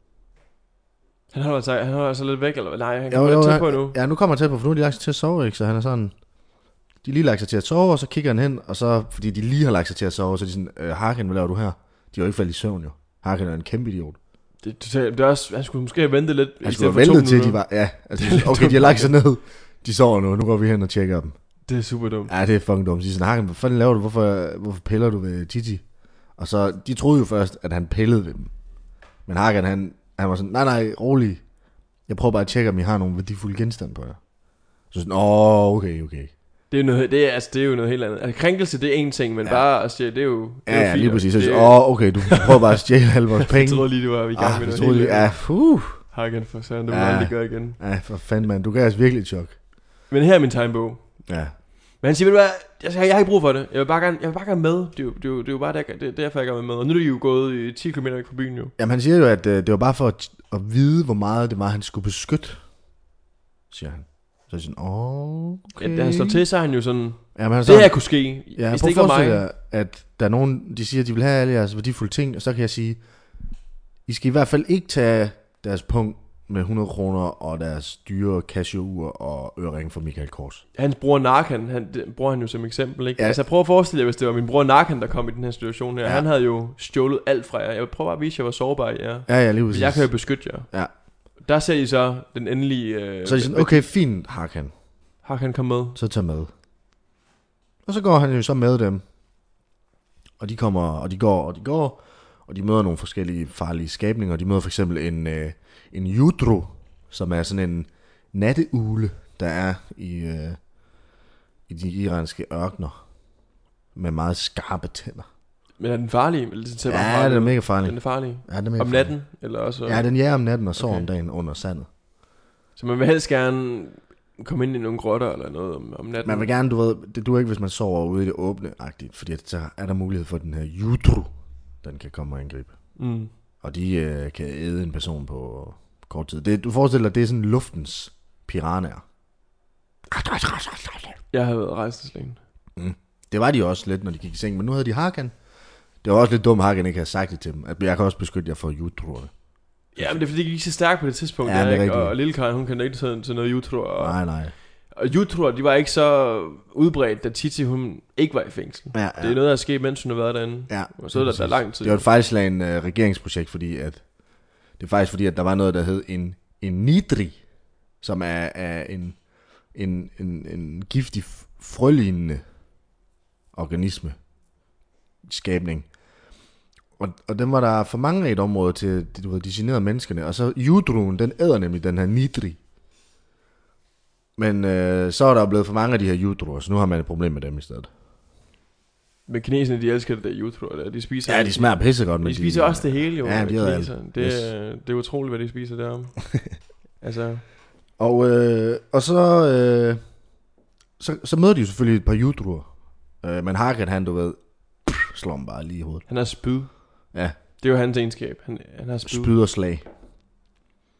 Han holder sig lidt væk, eller nej, han kommer lidt tæt på nu. Ja, nu kommer han tæt på, for nu er de lagt sig til at sove, ikke? Så han er sådan... De er lige lagt sig til at sove, og så kigger han hen, og så, fordi de lige har lagt sig til at sove, så er de sådan, Hakan, hvad laver du her? De har jo ikke faldet i søvn, jo. Hakan er en kæmpe idiot. Det er også, han skulle måske vente lidt. Han skulle have ventet til, de var... Ja, altså, okay, de har lagt sig ned. De sover nu går vi hen og tjekker dem. Det er super dumt. Ja, det er fucking dumt. De siger sådan, Hakan, hvad fanden laver du? Hvorfor piller du ved Titi? Og så, de troede jo først, at han pillede ved dem. Men Hakan, han var sådan, nej, rolig. Jeg prøver bare at tjekke, om I har nogle værdifulde genstande på jer. Så sådan, okay. Det er jo noget helt andet. Altså, krænkelse, det er en ting, men bare at stjæle, det er jo ja, fint. lige præcis. Så okay, du prøver bare at stjæle alle vores penge. Jeg troede lige, du var i gang med noget helt andet. Hakan, for søren, det må aldrig gøre igen. Ja, for fanden, mand. Du gav os virkelig et chok. Men her er min tegnbog. Ja. Men han siger, ved du hvad, jeg har ikke brug for det. Jeg vil bare gerne med. Det er jo bare derfor, jeg gerne med. Og nu er de jo gået i 10 km væk fra byen jo. Jamen, han siger jo, at det var bare for at vide, hvor meget det var, han skulle beskytte, siger han. Så er sådan, okay. Ja, da han slår til, så er han jo sådan, jamen, det her kunne ske, ja, hvis det ikke var mig. Jer, at der er nogen, de siger, at de vil have alle jeres værdifulde ting, og så kan jeg sige, I skal i hvert fald ikke tage deres punkt med 100 kroner og deres dyre Casio-ur og ørering fra Michael Kors. Hans bror Narkan, bruger han jo som eksempel, ikke? Ja. Altså prøv at forestille jer, hvis det var min bror Narkan, der kom i den her situation her. Ja. Han havde jo stjålet alt fra jer. Jeg vil prøve bare at vise jer, hvor sårbar I er. Ja, lige præcis. Jeg kan jo beskytte jer. Ja. Der ser I så den endelige... så er de sådan, okay, fint, Hakan. Hakan kom med. Så tag med. Og så går han jo så med dem. Og de kommer, og de går, og de møder nogle forskellige farlige skabninger. De møder for eksempel en Yudru, som er sådan en natteugle, der er i de iranske ørkener, med meget skarpe tænder. Men er den farlig? Ja, den er mega farlig. Den er farlig? Ja, den er mega om natten? Eller også... Ja, den jager om natten og sover om dagen under sandet. Så man vil helst gerne komme ind i nogle grotter eller noget om natten? Man vil gerne, du ved, det duer ikke, hvis man sover ude i det åbne-agtigt, fordi så er der mulighed for, den her Yudru, den kan komme og angribe. Mm. Og de kan æde en person på kort tid. Du forestiller dig, det er sådan luftens piranhaer. Jeg har været rejseslængen. Det var de også lidt, når de gik i seng, men nu havde de Hakan. Det var også lidt dumt, at Hakan ikke havde sagt det til dem, at jeg kan også beskytte jer for Yudruerne. Ja, men det er fordi, de gik så stærkt på det tidspunkt, ja, der, ikke? Og Lille Karen, hun kan ikke til noget Yudru. Nej. Og Yudruer, de var ikke så udbredt, da Titi, hun ikke var i fængsel. Ja. Det er noget, der er sket, mens hun har været derinde. Ja, og så er der lang tid. Det var et fejlslagen regeringsprojekt, fordi at det er faktisk fordi, at der var noget, der hed en nidri, som er en giftig frølignende organisme, skabning. Og den var der for mange af et område til, du ved, de generede menneskerne. Og så Yudruen, den æder nemlig den her nidri. Men så er der blevet for mange af de her Yudruer, så nu har man et problem med dem i stedet. Men kineserne, de elsker det der Yudruer der. De spiser... Ja, de smager pissegodt. De spiser også det hele jo. Ja, de det er utroligt, hvad de spiser derom. Altså... Og så møder de jo selvfølgelig et par Yudruer. Men Hakan, han, du ved, slår dem bare lige i hovedet. Han har spyd. Ja. Det er jo hans egenskab. Han har spyd. Spyd og slag.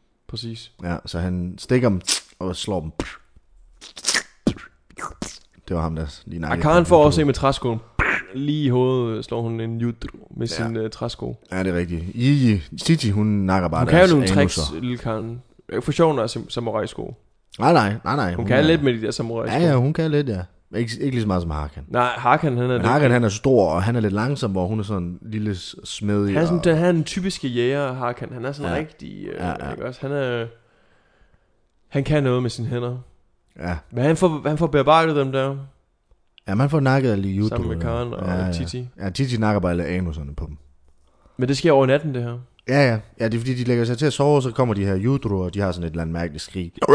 Præcis. Ja, så han stikker dem og slår dem. Det var ham, der lige nakkede. Karen får også en med træskoen. Lige i hovedet slår hun en Yudru med sin træsko. Ja, det er rigtigt. Titi, hun nakker bare hun deres kan jo nogle anuser. tricks, lille Karen. Jeg for sjov, når samurai-sko. Nej. Hun kan lidt med de der samurai-sko. Ja, hun kan lidt, ja. Ikke lige så meget som Harkan. Nej, Harkan, han er... Men Harkan, han er stor, og han er lidt langsom, hvor hun er sådan en lille smedig. Han er, sådan, han er den typiske jæger, Harkan. Han er sådan rigtig... Ikke også? Han kan noget med sine hænder. Ja. Men han får bearbejdet dem der. Ja, man får nakket alle Yudru. Sammen med Karen og Titi. Ja, Titi nakker bare alle anuserne på dem. Men det sker over natten, det her. Ja, det er fordi, de lægger sig til at sove, og så kommer de her Yudru, og de har sådan et eller andet mærkeligt skrig. Det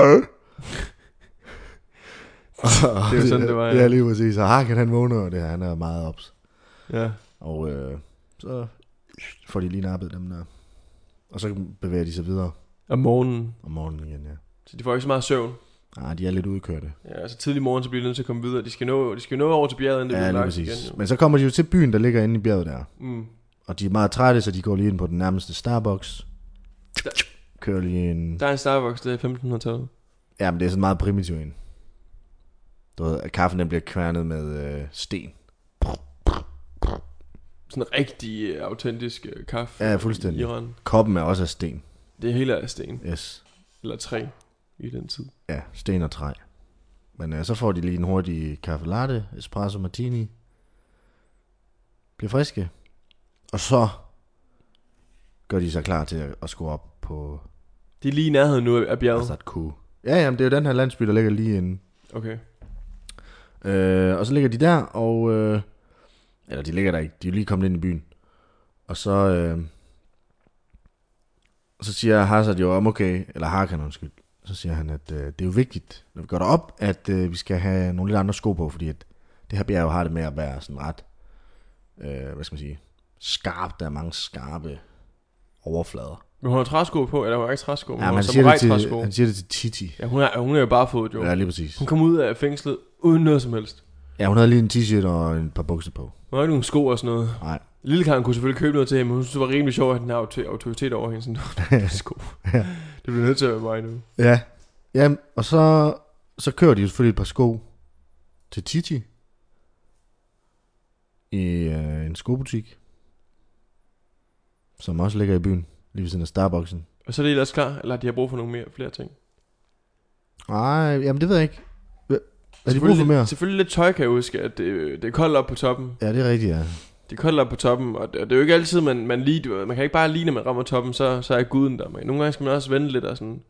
er jo sådan, det var. Ja, lige præcis. Og Harkan, han vågner, og det her, han er meget ops. Ja. Og så får de lige nappet dem der. Og så bevæger de sig videre. Om morgenen. Om morgenen igen, ja. Så de får ikke så meget søvn. Nej, de er lidt udkørte. Ja, altså tidlig morgen, så bliver de nødt til at komme videre. De skal nå over til bjerget, inden det bliver lagt igen. Jo. Men så kommer de jo til byen, der ligger inde i bjerget der. Mm. Og de er meget trætte, så de går lige ind på den nærmeste Starbucks. Kører lige en... Der er en Starbucks, det er 1500-tallet. Ja, men det er sådan meget primitiv en. Du ved, at kaffen den bliver kværnet med sten. Sådan en rigtig autentisk kaffe. Ja, fuldstændig. I Iran. Koppen er også af sten. Det hele er sten. Yes. Eller træ i den tid. Ja, sten og træ. Men så får de lige en hurtig kaffe latte, espresso martini. Bliver friske. Og så gør de sig klar til at skulle op på... De er lige i nærheden nu af bjerget. Ja, jamen det er jo den her landsby, der ligger lige inde. Okay. Og så ligger de der, og... eller de ligger der ikke, de er lige kommet ind i byen. Og så... så siger Hazard jo om okay, eller Harkan undskyld. Så siger han, at det er jo vigtigt, når vi går derop, at vi skal have nogle lidt andre sko på, fordi at det her bjerg har det med at være sådan ret, hvad skal man sige, skarpt. Der er mange skarpe overflader. Men hun har træsko på, eller hun har ikke træsko, men ja, hun han siger det til Titi. Ja, hun er jo bare fået jo. Ja, lige præcis. Hun kom ud af fængslet uden noget som helst. Ja, hun havde lige en t-shirt og en par bukser på. Hun havde ikke nogen sko og sådan noget. Nej. Lille Karen kunne selvfølgelig købe noget til hende, men hun synes det var rimelig sjovt, at den har autoritet over hende. Sådan sko. Ja. Det bliver nødt til at være mig nu. Ja. Ja, og så kører de jo selvfølgelig et par sko til Titi i en skobutik, som også ligger i byen, lige ved siden af Starbucksen. Og så er det ellers klar, eller de har brug for flere ting? Nej, jamen det ved jeg ikke. Er de brug for mere? Selvfølgelig lidt tøj, kan jeg huske, at det er koldt op på toppen. Ja, det er rigtigt, ja. Det er koldt op på toppen, og det er jo ikke altid, man lige... Man kan ikke bare lige, når man rammer toppen, så er guden der. Men nogle gange skal man også vente lidt og sådan...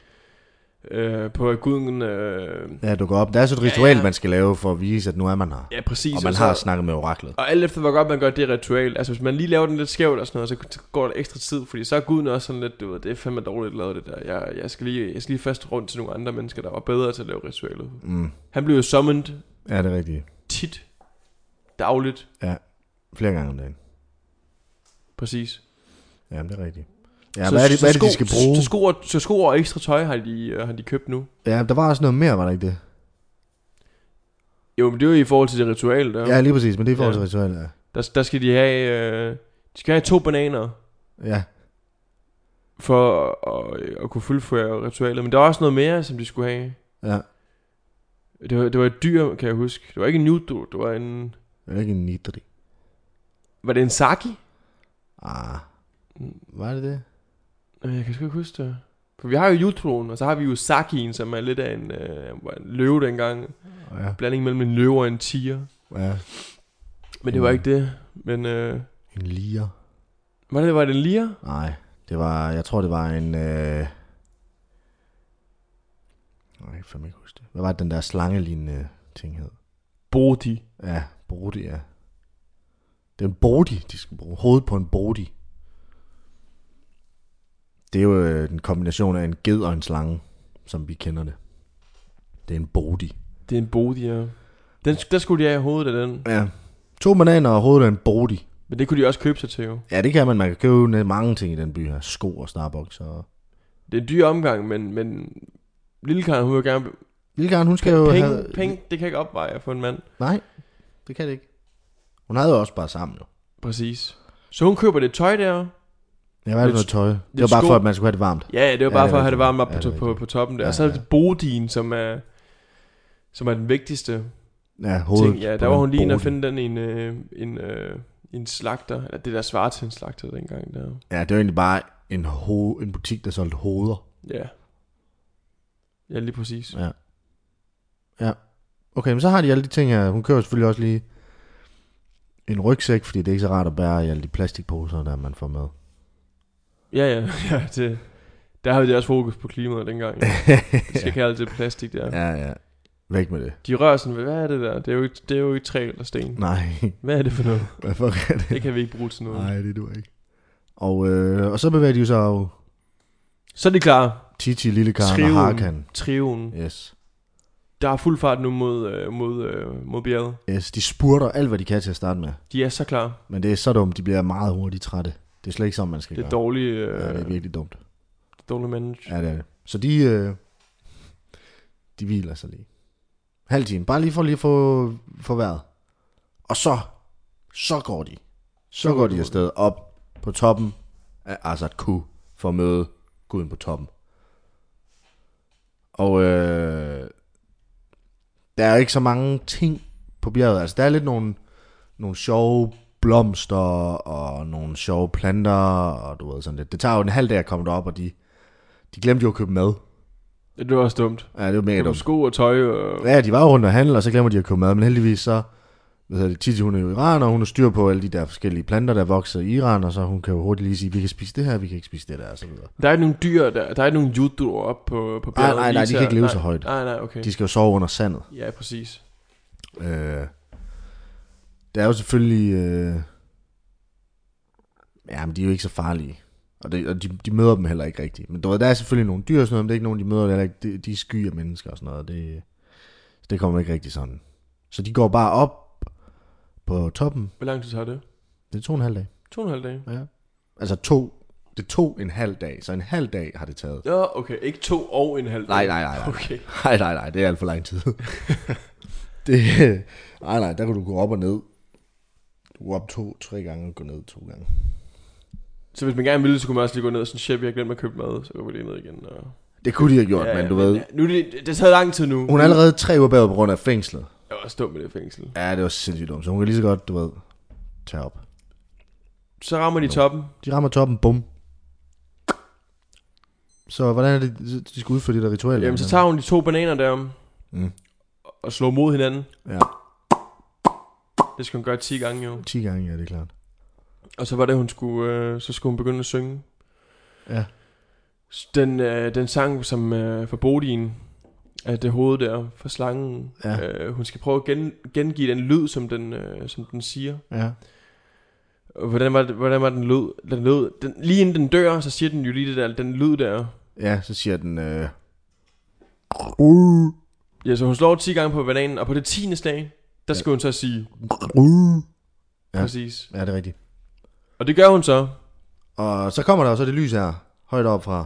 på at guden... Ja, du går op. Der er så et ritual, man skal lave for at vise, at nu er man her. Ja, præcis. Og man har snakket med oraklet. Og alt efter hvor godt man gør det ritual. Altså hvis man lige laver den lidt skævt og sådan noget, så går der ekstra tid. Fordi så er guden også sådan lidt, du ved, det er fandme dårligt lavet det der. Jeg skal lige fast rundt til nogle andre mennesker, der var bedre til at lave ritualet. Mm. Han blev jo summoned. Ja, det er rigtigt. Tit. Dagligt. Ja, flere gange om dagen. Præcis. Ja, det er rigtigt. Ja, så, hvad er det, de skal bruge? Så sko og ekstra tøj har de købt nu. Ja, der var også noget mere, var der ikke det? Jo, men det er jo i forhold til det ritual der. Ja, lige præcis, men det er i forhold til ritual, ja. Der skal de have 2 bananer. Ja. For at kunne fuldføre ritualet. Men der var også noget mere, som de skulle have. Ja. Det var et dyr, kan jeg huske. Det var ikke en nudru, det var en... Det var ikke en nidri. Var det en saki? Var det det? Jeg kan sgu ikke huske det. For vi har jo Jutroen, og så har vi jo Sakien, som er lidt af en løve dengang. Ja. Blanding mellem en løve og en tiger. Ja. Men det var ikke det. Men, en liger. Var det en liger? Nej, jeg tror det var en... Nej, jeg kan ikke huske det. Hvad var det, den der slangelignende ting hed? Bodhi. Ja, Bodhi, ja. Det er en Bodhi, de skal bruge. Hovedet på en Bodhi. Det er jo en kombination af en ged og en slange, som vi kender det. Det er en Bodhi. Det er en Bodhi, ja. Der skulle de have hovedet af den. Ja. 2 bananer og hovedet af en Bodhi. Men det kunne de også købe sig til, jo. Ja, det kan man. Man kan købe mange ting i den by her. Sko og Starbucks og... Det er en dyr omgang, men... Lille Karen, hun vil gerne... Lille Karen, hun skal jo have... Penge, det kan ikke opveje for en mand. Nej, det kan det ikke. Hun havde jo også bare sammen, jo. Præcis. Så hun køber det tøj der. Ja, hvad er det noget tøj? Det var bare for, at man skulle have det varmt. Ja, det var bare for at have det varmt op på toppen der. Ja, og så er det Bodien, som er som er den vigtigste hovedet. ting. Ja, der var hun lige inde at finde den i en slagter, eller det der svarer til en slagter dengang der. Ja, det var egentlig bare en butik, der solgte hoveder. Ja. Ja, lige præcis. Ja. Okay, men så har de alle de ting her. Hun kører selvfølgelig også lige en rygsæk, fordi det er ikke så rart at bære i alle de plastikposer, der man får med. Ja, der har vi også fokus på klimaet dengang. Ja. Det skal ikke have alt det plastik der. Ja. Væk med det. De rører sådan, hvad er det der? Det er jo ikke træ eller sten. Nej. Hvad er det for noget? Hvad fuck er det? Det kan vi ikke bruge til noget. Nej, det duer ikke. Og så bevæger de jo så af. Så er de klar. Titi, Lillekaren og Harkan. Trioen. Yes. Der er fuld fart nu mod bjerget. Yes, de spurter alt, hvad de kan til at starte med. De er så klar. Men det er så dumt, de bliver meget hurtigt trætte. Det er slet ikke sådan, man skal gøre. Det er dårligt. Ja, det er virkelig dumt. Dårligt manage. Ja, det er det. Så de hviler sig lige. Halv time. Bare lige for at få vejret. Og så går de. Så går de afsted op på toppen af Azad Ku for at møde guden på toppen. Og der er ikke så mange ting på bjerget. Altså der er lidt nogle sjove blomster og nogle sjove planter og du ved sådan lidt. Det tager jo en halv dag at komme derop, og de glemte jo at købe mad. Det var også dumt. Ja, det var mega dumt. Sko og tøj og... Ja, de var jo rundt og handle, og så glemmer de at købe mad. Men heldigvis så... Titi, hun er jo Iran, og hun har styr på alle de der forskellige planter, der vokser i Iran, og så hun kan jo hurtigt lige sige, vi kan spise det her, vi kan ikke spise det der, og så videre. Der er nogle dyr, der er nogle judoer op på bjerget. Nej, de kan ikke leve så højt. Nej, okay. De skal jo sove under sandet. Ja, præcis. Der er jo selvfølgelig... men de er jo ikke så farlige. Og de møder dem heller ikke rigtigt. Men der er selvfølgelig nogle dyr og sådan noget, men det er ikke nogen, de møder heller ikke. De er sky af mennesker og sådan noget. Det kommer ikke rigtig sådan. Så de går bare op på toppen. Hvor lang tid tager det? Det er 2,5 dage. 2,5 dage? Ja. Altså det tog en halv dag. Så en halv dag har det taget. Ja, okay. Ikke 2 og en halv dag. Nej. Okay. Nej. Det er alt for lang tid. Nej. Der kan du gå op og ned. Du går op 2-3 gange og gå ned 2 gange. Så hvis man gerne ville, så kunne man også lige gå ned og sådan, chef, jeg har glemt at købe mad, så går vi lige ned igen. Og... Det kunne de have gjort, men du ved... Nu, det tager lang tid nu. Hun er allerede 3 uger bagud på grund af fængslet. Jeg var også dum med det fængsel. Ja, det var sindssygt dumt. Så hun kan lige så godt, du ved, tage op. Så rammer de toppen. De rammer toppen, bum. Så hvordan er det, de skal udføre det der ritual? Jamen, så tager hun de 2 bananer der og slår mod hinanden. Ja. Det skal hun gøre 10 gange jo. 10 gange, ja, det er klart. Og så var det, så skulle hun begynde at synge. Ja. Den sang, som for Bodien, at det hoved der for slangen, hun skal prøve at gengive den lyd, som den siger. Ja. Og hvordan var den lyd? Lige inden den dør, så siger den jo lige det der, den lyd der. Ja, så siger den... Ja, så hun slår 10 gange på bananen, og på det 10. slag, der skal hun så sige... Ja. Præcis. Ja, det er rigtigt. Og det gør hun så. Og så kommer der jo så det lys her, højt op fra...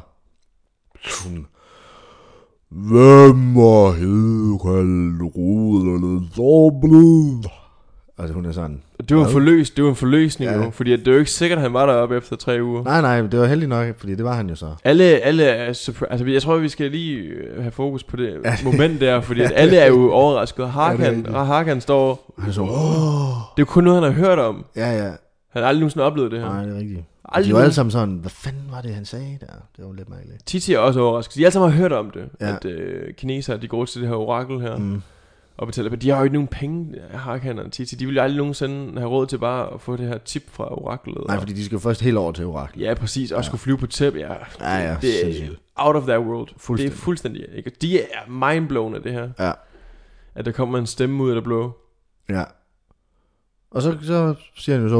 Hvem er hedkaldt ruderne så blød? Altså hun er sådan... Det var en forløsning jo, fordi det er jo ikke sikkert, at han var deroppe efter 3 uger. Nej, det var heldigt nok, fordi det var han jo så. Alle er altså jeg tror, vi skal lige have fokus på det moment der, fordi at alle er jo overrasket. Harkan står... Han så, det er jo kun noget, han har hørt om. Ja. Han har aldrig nogensinde oplevet det her. Nej, det er rigtigt. De var alle sammen sådan, hvad fanden var det, han sagde der? Det var lidt mærkeligt. Titi er også overrasket. De alle sammen har hørt om det, at kinesere, de går til det her orakel her. Og betaler, men de har jo ikke nogen penge, Harkan og Titi. De vil jo aldrig nogensinde have råd til bare at få det her tip fra oraklet. Nej, fordi de skal jo først helt over til oraklet. Ja, præcis. Og skulle flyve på tæp. Ja, det er out of that world. Det er fuldstændig ikke. De er mindblown af det her. Ja. At der kommer en stemme ud af det blå. Ja. Og så siger han jo så...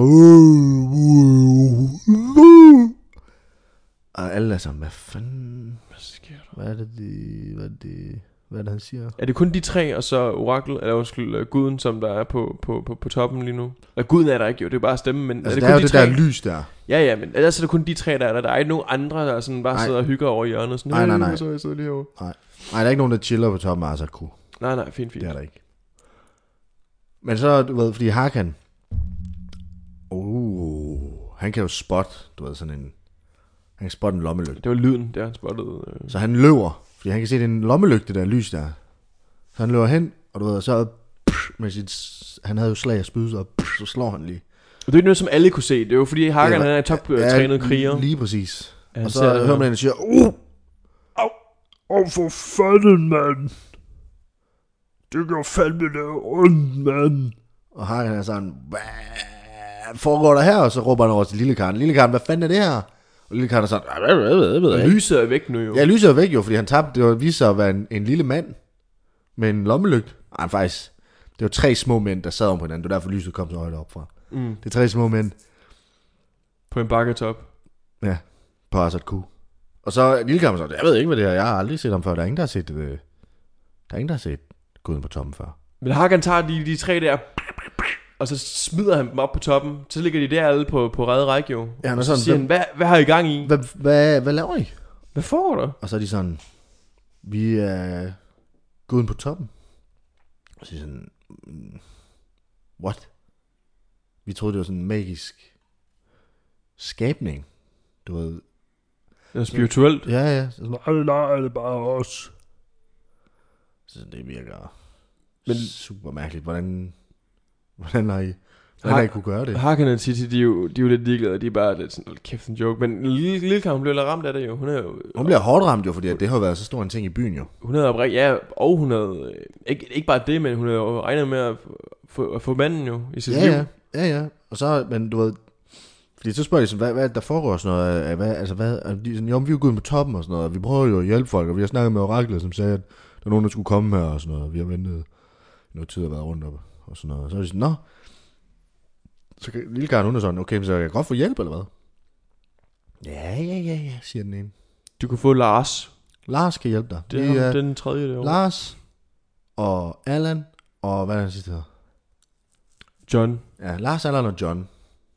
Og alle er sådan, hvad fanden... Hvad sker der? Hvad er det, han siger? Er det kun de 3, og så oraklet, eller guden, som der er på toppen lige nu? Eller guden er der ikke jo, det er bare stemme, men... Altså, er det der er jo det 3? Der lys der. Ja, men ellers er det kun de 3, der er der. Der er ikke nogen andre, der sådan bare sidder og hygger over hjørnet. Sådan, nej. Så jeg sidder lige over. Nej, der er ikke nogen, der chiller på toppen af Azad Ku. Nej, fint. Det er der ikke. Men så, du ved, fordi Harkan... han kan jo spotte, du ved, sådan en... Han kan spotte en lommelygte. Det var lyden, der han spottede. Så han løber, fordi han kan se, det er en lommelygte, der lys der. Så han løber hen, og du ved, så med han havde jo slag og spyd, så slår han lige. Og det er ikke noget, som alle kunne se. Det er jo fordi Hakan han er en top-trænet kriger. Lige præcis. Ja, og så hører man, at siger, for fanden, mand. Det gør fandme det ondt, mand. Og Hakan er sådan, hvad foregår der her? Og så råber han over til Lille Karen. Lille Karen, hvad fanden er det her? Og Lille Karen er sådan, jeg ved ikke. Lyset er væk nu jo. Ja, lyset er væk jo, fordi han tabte. Det viste sig at være en lille mand med en lommelygt. Nej, faktisk. Det var 3 små mænd, der sad om på hinanden. Det var derfor lyset kom så højt op fra. Det er 3 små mænd. På en bakketop. Ja, på Azad Q. Og så Lille Karen så, jeg ved ikke, hvad det er. Jeg har aldrig set ham før. Der er ingen, der har set guden på toppen før. Men Hakan tager de 3 der, og så smider han dem op på toppen. Så ligger de der alle på rede række jo. Ja, og så siger han, hvad har I gang i? Hvad laver I? Hvad får der? Og så er de sådan, vi er guden på toppen. Og så er de sådan, what? Vi troede, det var sådan en magisk skabning. Du ved. Det er spirituelt. Ja. Så sådan, nej, det er bare os. Så det virker super mærkeligt. Hvordan har I kunne gøre det? Hakan og Titi, de er jo lidt ligeglade. De er bare lidt sådan, kæft en joke. Men Lille Karen blev lidt ramt af det jo. Hun bliver hårdt ramt jo, fordi det har været så stor en ting i byen jo. Hun havde og hun havde, ikke bare det, men hun havde jo regnet med at få manden jo i sit liv. Ja. Og så, men du ved, fordi så spørger de sådan, hvad der foregår sådan noget, de sådan, jo, vi er jo gået på toppen og sådan noget, og vi prøver jo at hjælpe folk, og vi har snakket med oraklet, som sagde, at der er nogen, der skulle komme her og sådan noget, og vi har ventet noget tid at være rundt op og sådan noget, og så er de sådan, nå, så kan Lille Karen, hun er sådan, okay, så jeg kan godt få hjælp, eller hvad? Ja, siger den ene. Du kan få Lars. Lars kan hjælpe dig. Det er den tredje derovre. Lars og Allan, og hvad er den sidste her? John. Ja, Lars, Allan og John.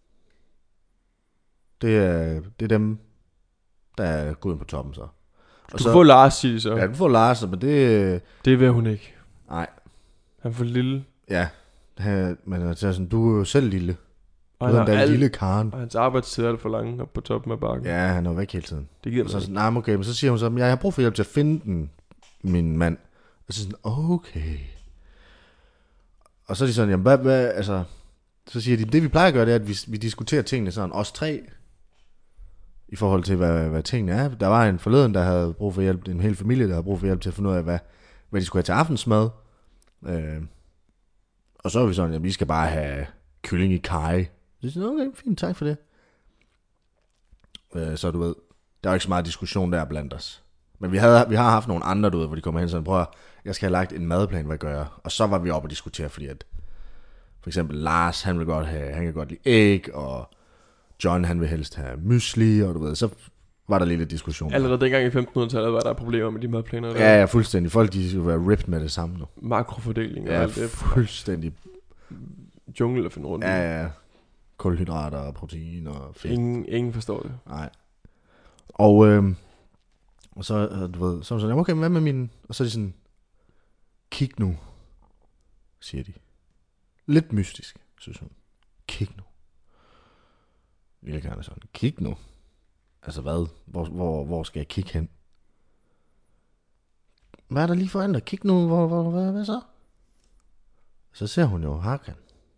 Det er dem, der er gået på toppen så. Og du kan få Lars, siger de så. Ja, du får Lars, men det... Det vil hun ikke. Nej. Han er for lille. Ja, men det er sådan, du er jo selv lille. Du er den lille Karen. Og hans arbejdstid er det for langt op på toppen af bakken. Ja, han er væk hele tiden. Det giver mig så sådan, okay, men så siger hun så, jeg har brug for hjælp til at finde min mand. Og så sådan, okay. Og så er de sådan, jamen hvad, altså... Så siger de, det vi plejer at gøre, det er, at vi diskuterer tingene sådan, os 3... I forhold til, hvad tingene er. Der var en forleden, der havde brug for hjælp. En hel familie, der havde brug for hjælp til at finde ud af, hvad de skulle have til aftensmad. Og så er vi sådan, at vi skal bare have kylling i kaj. Så siger okay, fint, tak for det. Så du ved, der er jo ikke så meget diskussion der blandt os. Men vi har haft nogle andre, du ved, hvor de kommer hen sådan, prøv at, jeg skal have lagt en madplan, hvad gør jeg? Og så var vi oppe og diskutere, fordi at for eksempel Lars, han kan godt lide æg, og John, han vil helst have mysli, og du ved, så var der lidt diskussion. Allerede dengang i 1500-tallet var der problemer med de madplaner der. Ja, fuldstændig. Folk, de skulle være ripped med det samme nu. Makrofordeling og ja, alt det. Fuldstændig. Jungle at finde rundt i. Ja. Kulhydrater og protein og fedt. Ingen forstår det. Nej. Og så, du ved, så er sådan, okay, men hvad med min... Og så er de sådan, kig nu, siger de. Lidt mystisk, synes hun. Kig nu. Lille Karen er sådan, kig nu. Altså hvad? Hvor skal jeg kigge hen? Hvad er der lige foran dig? Kig nu, hvad så? Så ser hun jo Hakan.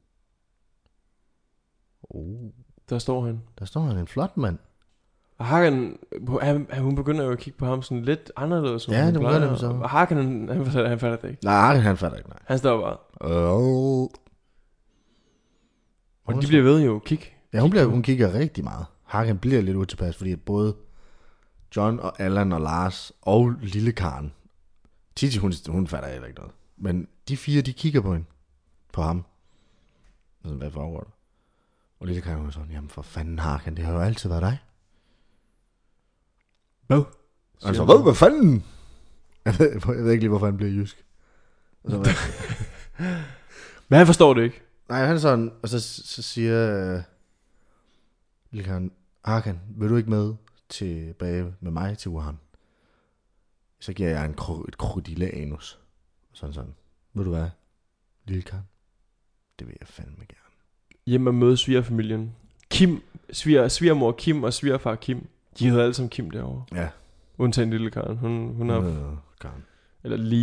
Der står han. Der står han, en flot mand. Og Hakan, hun begynder jo at kigge på ham sådan lidt anderledes. Ja, det begynder det så. Og Hakan, han fatter det ikke. Nej, Hakan han fatter ikke, nej. Han står bare. Og de bliver ved jo, kig. Ja, hun kigger rigtig meget. Hakan bliver lidt utilpas, fordi både John og Allan og Lars og Lille Karen, Titi, hun fatter heller ikke noget. Men de 4, de kigger på hende. På ham. Altså, hvad foregår der? Og Lille Karen er sådan, jamen for fanden Hakan, det har jo altid været dig. Hvad? Altså, hvad fanden? Jeg ved ikke lige, hvorfor han bliver jysk. Altså, men han forstår det ikke. Nej, han er sådan, og så siger Lille Karen, Hakan, vil du ikke med tilbage med mig til Wuhan? Så giver jeg et krokodilleanus. Sådan. Ved du hvad, Lille Karen? Det vil jeg fandme gerne. Hjemme og møde svigerfamilien. Kim, svigermor Kim og svigerfar Kim. De hedder alle sammen Kim derovre. Ja. Undtagen Lille Karen. Hun har... Karen. Eller Lee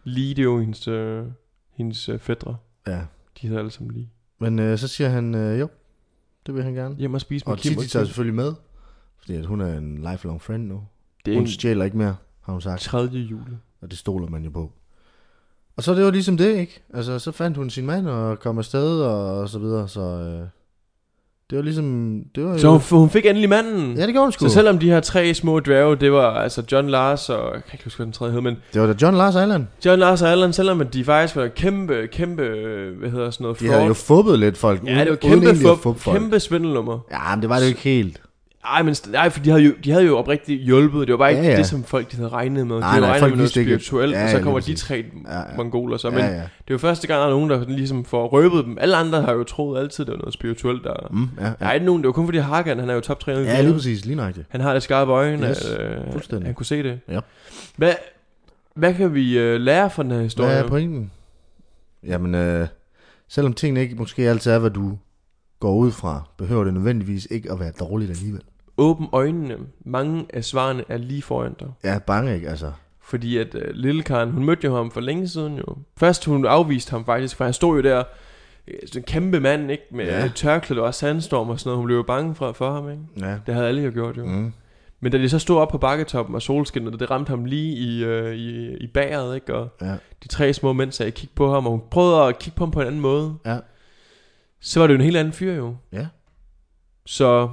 Lee, det er jo hendes fætre. Ja. De hedder alle sammen Lee. Men så siger han, jo, det vil han gerne. Hjem og spise med Og Kim Titi tager selvfølgelig med, fordi at hun er en lifelong friend nu. Det er Hun en stjæler ikke mere, har hun sagt. 3. jule. Og det stoler man jo på. Og så det var ligesom det, ikke? Altså, så fandt hun sin mand og kom afsted og så videre, så det var ligesom... Det var Så hun fik endelig manden. Ja, det gjorde hun sgu. Så selvom de her 3 små dværge, det var altså John Lars og... Jeg kan ikke huske, hvad den tredje hed, men... Det var da John, Lars og Allan. John Lars og Allan, selvom at de faktisk var kæmpe... Hvad hedder sådan noget? De havde jo fubbet lidt folk. Ja, det var kæmpe svindelnummer. Ja, men det var det jo ikke helt. Nej, for de havde jo oprigtigt hjulpet. Det var bare ikke det, som folk de havde regnet med. De havde regnet med noget spirituelt, og så kommer de 3 mongoler så. Men det er jo første gang, der er nogen, der ligesom får røbet dem. Alle andre har jo troet altid, det var noget spirituelt. Der er ikke nogen, det var kun fordi Hakan, han er jo toptræner. Ja, lige præcis, lige nøjagtigt. Han har det skarpe øjne, han kunne se det. Ja. Hvad kan vi lære fra den her historie? Hvad er pointen? Jamen, selvom tingene ikke måske altid er, hvad du går ud fra, behøver det nødvendigvis ikke at være dårligt alligevel. Åbn øjnene. Mange af svarene er lige foran dig. Ja, bange ikke, altså. Fordi at lille Karen, hun mødte jo ham for længe siden jo. Først hun afviste ham faktisk, for han stod jo der, sådan en kæmpe mand, ikke? Med tørklæde og sandstorm og sådan noget. Hun blev jo bange for ham, ikke? Ja. Det havde alle jo gjort jo. Men da de så stod op på bakketoppen og solskinnet, det ramte ham lige i bageret, ikke? Og de 3 små mænd sagde, kig på ham, og hun prøvede at kigge på ham på en anden måde. Ja. Så var det jo en helt anden fyr jo. Ja. Så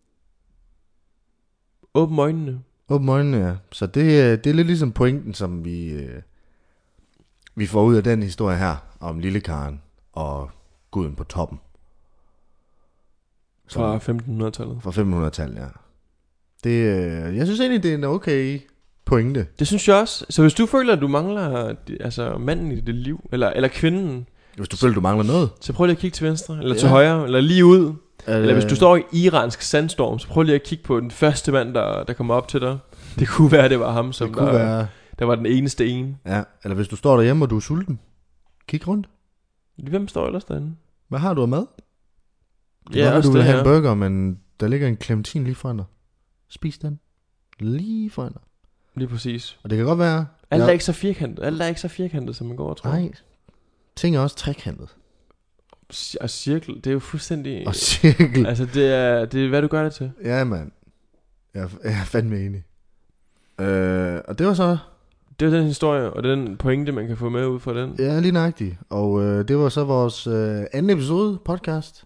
åbn øjnene. Åbn øjnene, ja. Så det er lidt ligesom pointen, som vi får ud af den historie her, om lille Karen og guden på toppen. Fra 1500-tallet. Fra 1500-tallet, ja. Jeg synes egentlig, det er en okay pointe. Det synes jeg også. Så hvis du føler, at du mangler altså manden i dit liv, eller kvinden. Hvis du føler, du mangler noget. Så prøv lige at kigge til venstre, eller til højre, eller lige ud. Eller hvis du står i iransk sandstorm, så prøv lige at kigge på den første mand, der kommer op til dig. Det kunne være, det var ham, som der var den eneste ene. Ja, eller hvis du står derhjemme, og du er sulten. Kig rundt. Hvem står ellers derinde? Hvad har du af mad? Du vil have en burger, men der ligger en clementin lige foran dig. Spis den. Lige foran dig. Lige præcis. Og det kan godt være... Alt er ikke så firkantet. Alt er ikke så firkantet, som man går og tror. Nej. Ting er også trekantet. Og cirkel, det er jo fuldstændig... Og cirkel. Altså, det er hvad du gør det til. Ja, mand. Jeg er fandme enig. Og det var så... Det var den historie, og den pointe, man kan få med ud fra den. Ja, lige nøjagtigt. Og det var så vores anden episode podcast.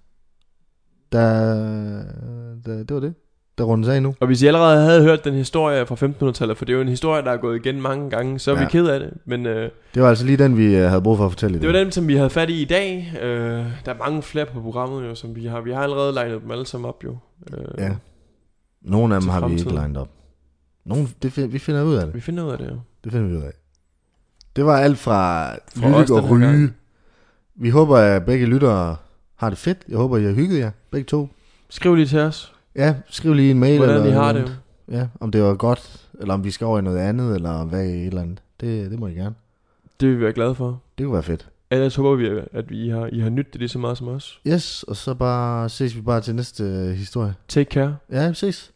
Det var det. Der rundes af nu. Og hvis I allerede havde hørt den historie fra 1500-tallet, for det er jo en historie, der er gået igen mange gange, så er vi ked af det. Men, det var altså lige den, vi havde brug for at fortælle i dag. Det var den, som vi havde fat i dag. Der er mange flere på programmet, jo, som vi har. Vi har allerede legnet dem alle sammen op, jo. Ja. Nogle af dem har vi ikke legnet op. Nogle, vi finder ud af det. Vi finder ud af det, jo. Det finder vi ud af. Det var alt fra lytte og ryge. Gang. Vi håber, at begge lyttere har det fedt. Jeg håber, I har hygget jer, begge to. Skriv lige til os. Ja, skriv lige en mail. Hvordan I har det. Ja, om det var godt, eller om vi skal over i noget andet, eller hvad et eller andet. Det må I gerne. Det vil vi være glade for. Det kunne være fedt. Ellers håber vi, at I har nydt det lige så meget som os. Yes, og så ses vi bare til næste historie. Take care. Ja, vi ses.